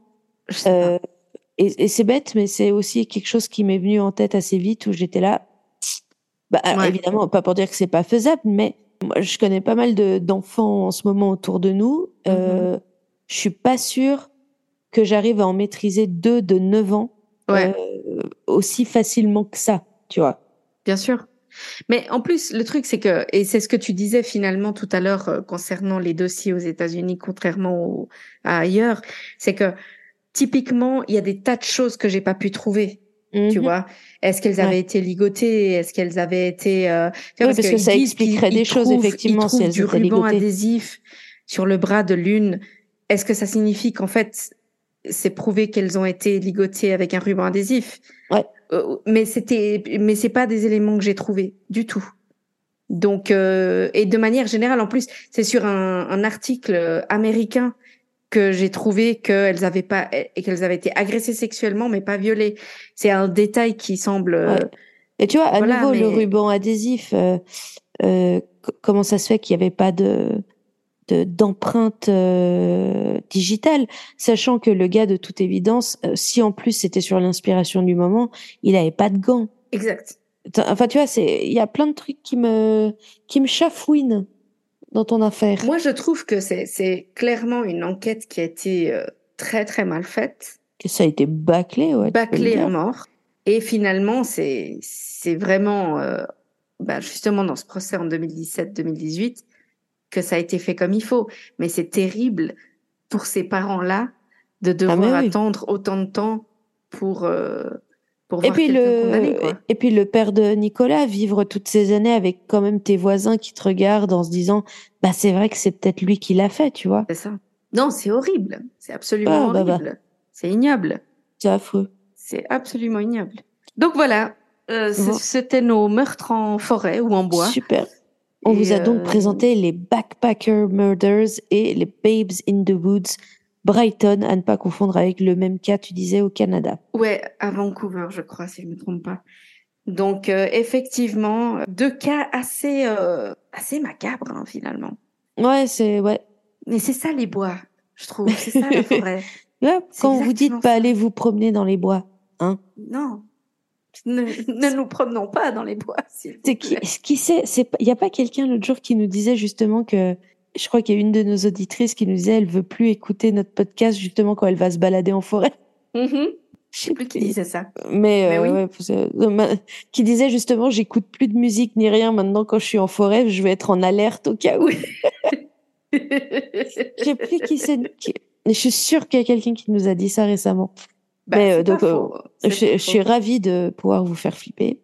et c'est bête, mais c'est aussi quelque chose qui m'est venu en tête assez vite, où j'étais là, évidemment, pas pour dire que c'est pas faisable, mais moi, je connais pas mal d'enfants en ce moment autour de nous. Je suis pas sûre que j'arrive à en maîtriser 2 de 9 ans aussi facilement que ça, tu vois. Bien sûr. Mais en plus, le truc, c'est que, et c'est ce que tu disais finalement tout à l'heure concernant les dossiers aux États-Unis, contrairement à ailleurs, c'est que typiquement, il y a des tas de choses que j'ai pas pu trouver. Tu vois, est-ce qu'elles avaient été ligotées? Est-ce qu'elles avaient été parce que ça expliquerait des choses, effectivement, si elles du étaient ruban ligotées. adhésif sur le bras de l'une. Est-ce que ça signifie qu'en fait, c'est prouvé qu'elles ont été ligotées avec un ruban adhésif? Ouais. Mais c'est pas des éléments que j'ai trouvés du tout. Donc, et de manière générale, en plus, c'est sur un article américain que j'ai trouvé qu'elles avaient été agressées sexuellement, mais pas violées. C'est un détail qui semble. Et tu vois, à nouveau, le ruban adhésif, comment ça se fait qu'il n'y avait pas d'empreinte digitale, sachant que le gars, de toute évidence, si en plus c'était sur l'inspiration du moment, il n'avait pas de gants. Exact. Enfin, tu vois, il y a plein de trucs qui me chafouinent dans ton affaire. Moi, je trouve que c'est clairement une enquête qui a été très, très mal faite. Que ça a été bâclé, ouais. Bâclé à mort. Et finalement, c'est vraiment, justement, dans ce procès en 2017-2018, que ça a été fait comme il faut. Mais c'est terrible pour ces parents-là de devoir attendre autant de temps pour voir quelqu'un condamné, quoi. Et puis le père de Nicolas, vivre toutes ces années avec quand même tes voisins qui te regardent en se disant, c'est vrai que c'est peut-être lui qui l'a fait, tu vois. C'est ça. Non, c'est horrible. C'est absolument horrible. C'est ignoble. C'est affreux. C'est absolument ignoble. Donc voilà, c'était nos meurtres en forêt ou en bois. Super. On vous a donc présenté les Backpacker Murders et les Babes in the Woods, Brighton, à ne pas confondre avec le même cas, tu disais, au Canada. Ouais, à Vancouver, je crois, si je ne me trompe pas. Donc, effectivement, 2 cas assez macabres, hein, finalement. Ouais, ouais. Mais c'est ça, les bois, je trouve. C'est ça, la forêt. Ouais, quand vous dites pas aller vous promener dans les bois, hein. Non. Ne nous promenons pas dans les bois, s'il vous plaît. Qui sait, il y a pas quelqu'un l'autre jour qui nous disait justement que, je crois qu'il y a une de nos auditrices qui nous disait elle veut plus écouter notre podcast justement quand elle va se balader en forêt. Je sais plus qui disait ça. Mais oui. Qui disait justement j'écoute plus de musique ni rien maintenant quand je suis en forêt, je vais être en alerte au cas où. Je sais plus qui c'est. Je suis sûre qu'il y a quelqu'un qui nous a dit ça récemment. Mais donc, je suis ravie de pouvoir vous faire flipper.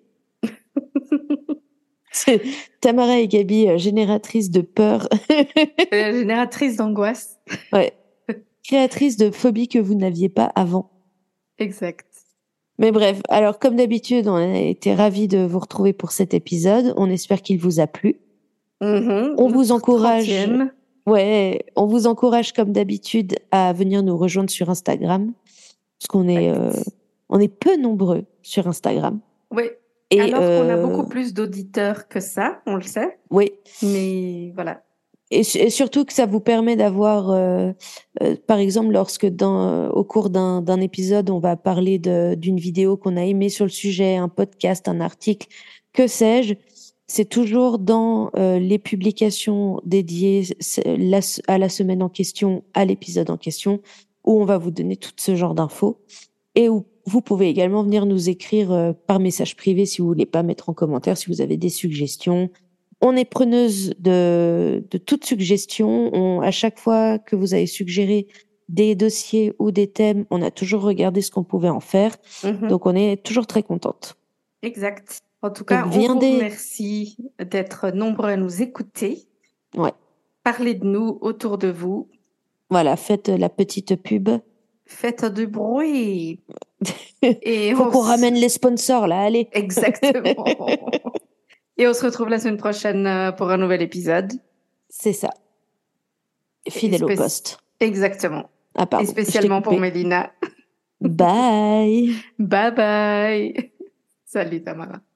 C'est Tamara et Gabi, génératrice de peur. Génératrice d'angoisse. Ouais. Créatrice de phobie que vous n'aviez pas avant. Exact. Mais bref, alors comme d'habitude, on a été ravis de vous retrouver pour cet épisode. On espère qu'il vous a plu. On vous encourage. 30e. Ouais, on vous encourage comme d'habitude à venir nous rejoindre sur Instagram. Parce qu'on est On est peu nombreux sur Instagram. Oui. Et alors qu'on a beaucoup plus d'auditeurs que ça, on le sait. Oui. Mais voilà. Et surtout que ça vous permet d'avoir, par exemple, lorsque au cours d'un épisode, on va parler d'une vidéo qu'on a aimée sur le sujet, un podcast, un article, que sais-je, c'est toujours dans les publications dédiées à la semaine en question, à l'épisode en question, où on va vous donner tout ce genre d'infos. Et où vous pouvez également venir nous écrire par message privé si vous voulez pas mettre en commentaire, si vous avez des suggestions. On est preneuse de toute suggestion. À chaque fois que vous avez suggéré des dossiers ou des thèmes, on a toujours regardé ce qu'on pouvait en faire. Donc, on est toujours très contente. Exact. En tout cas, on vous remercie d'être nombreux à nous écouter. Ouais. Parlez de nous autour de vous. Voilà, faites la petite pub. Faites du bruit. Et faut qu'on ramène les sponsors, là, allez. Exactement. Et on se retrouve la semaine prochaine pour un nouvel épisode. C'est ça. Fidèle au poste. Exactement. Ah, pardon. Et spécialement pour Mélina. Bye. Bye bye. Salut Tamara.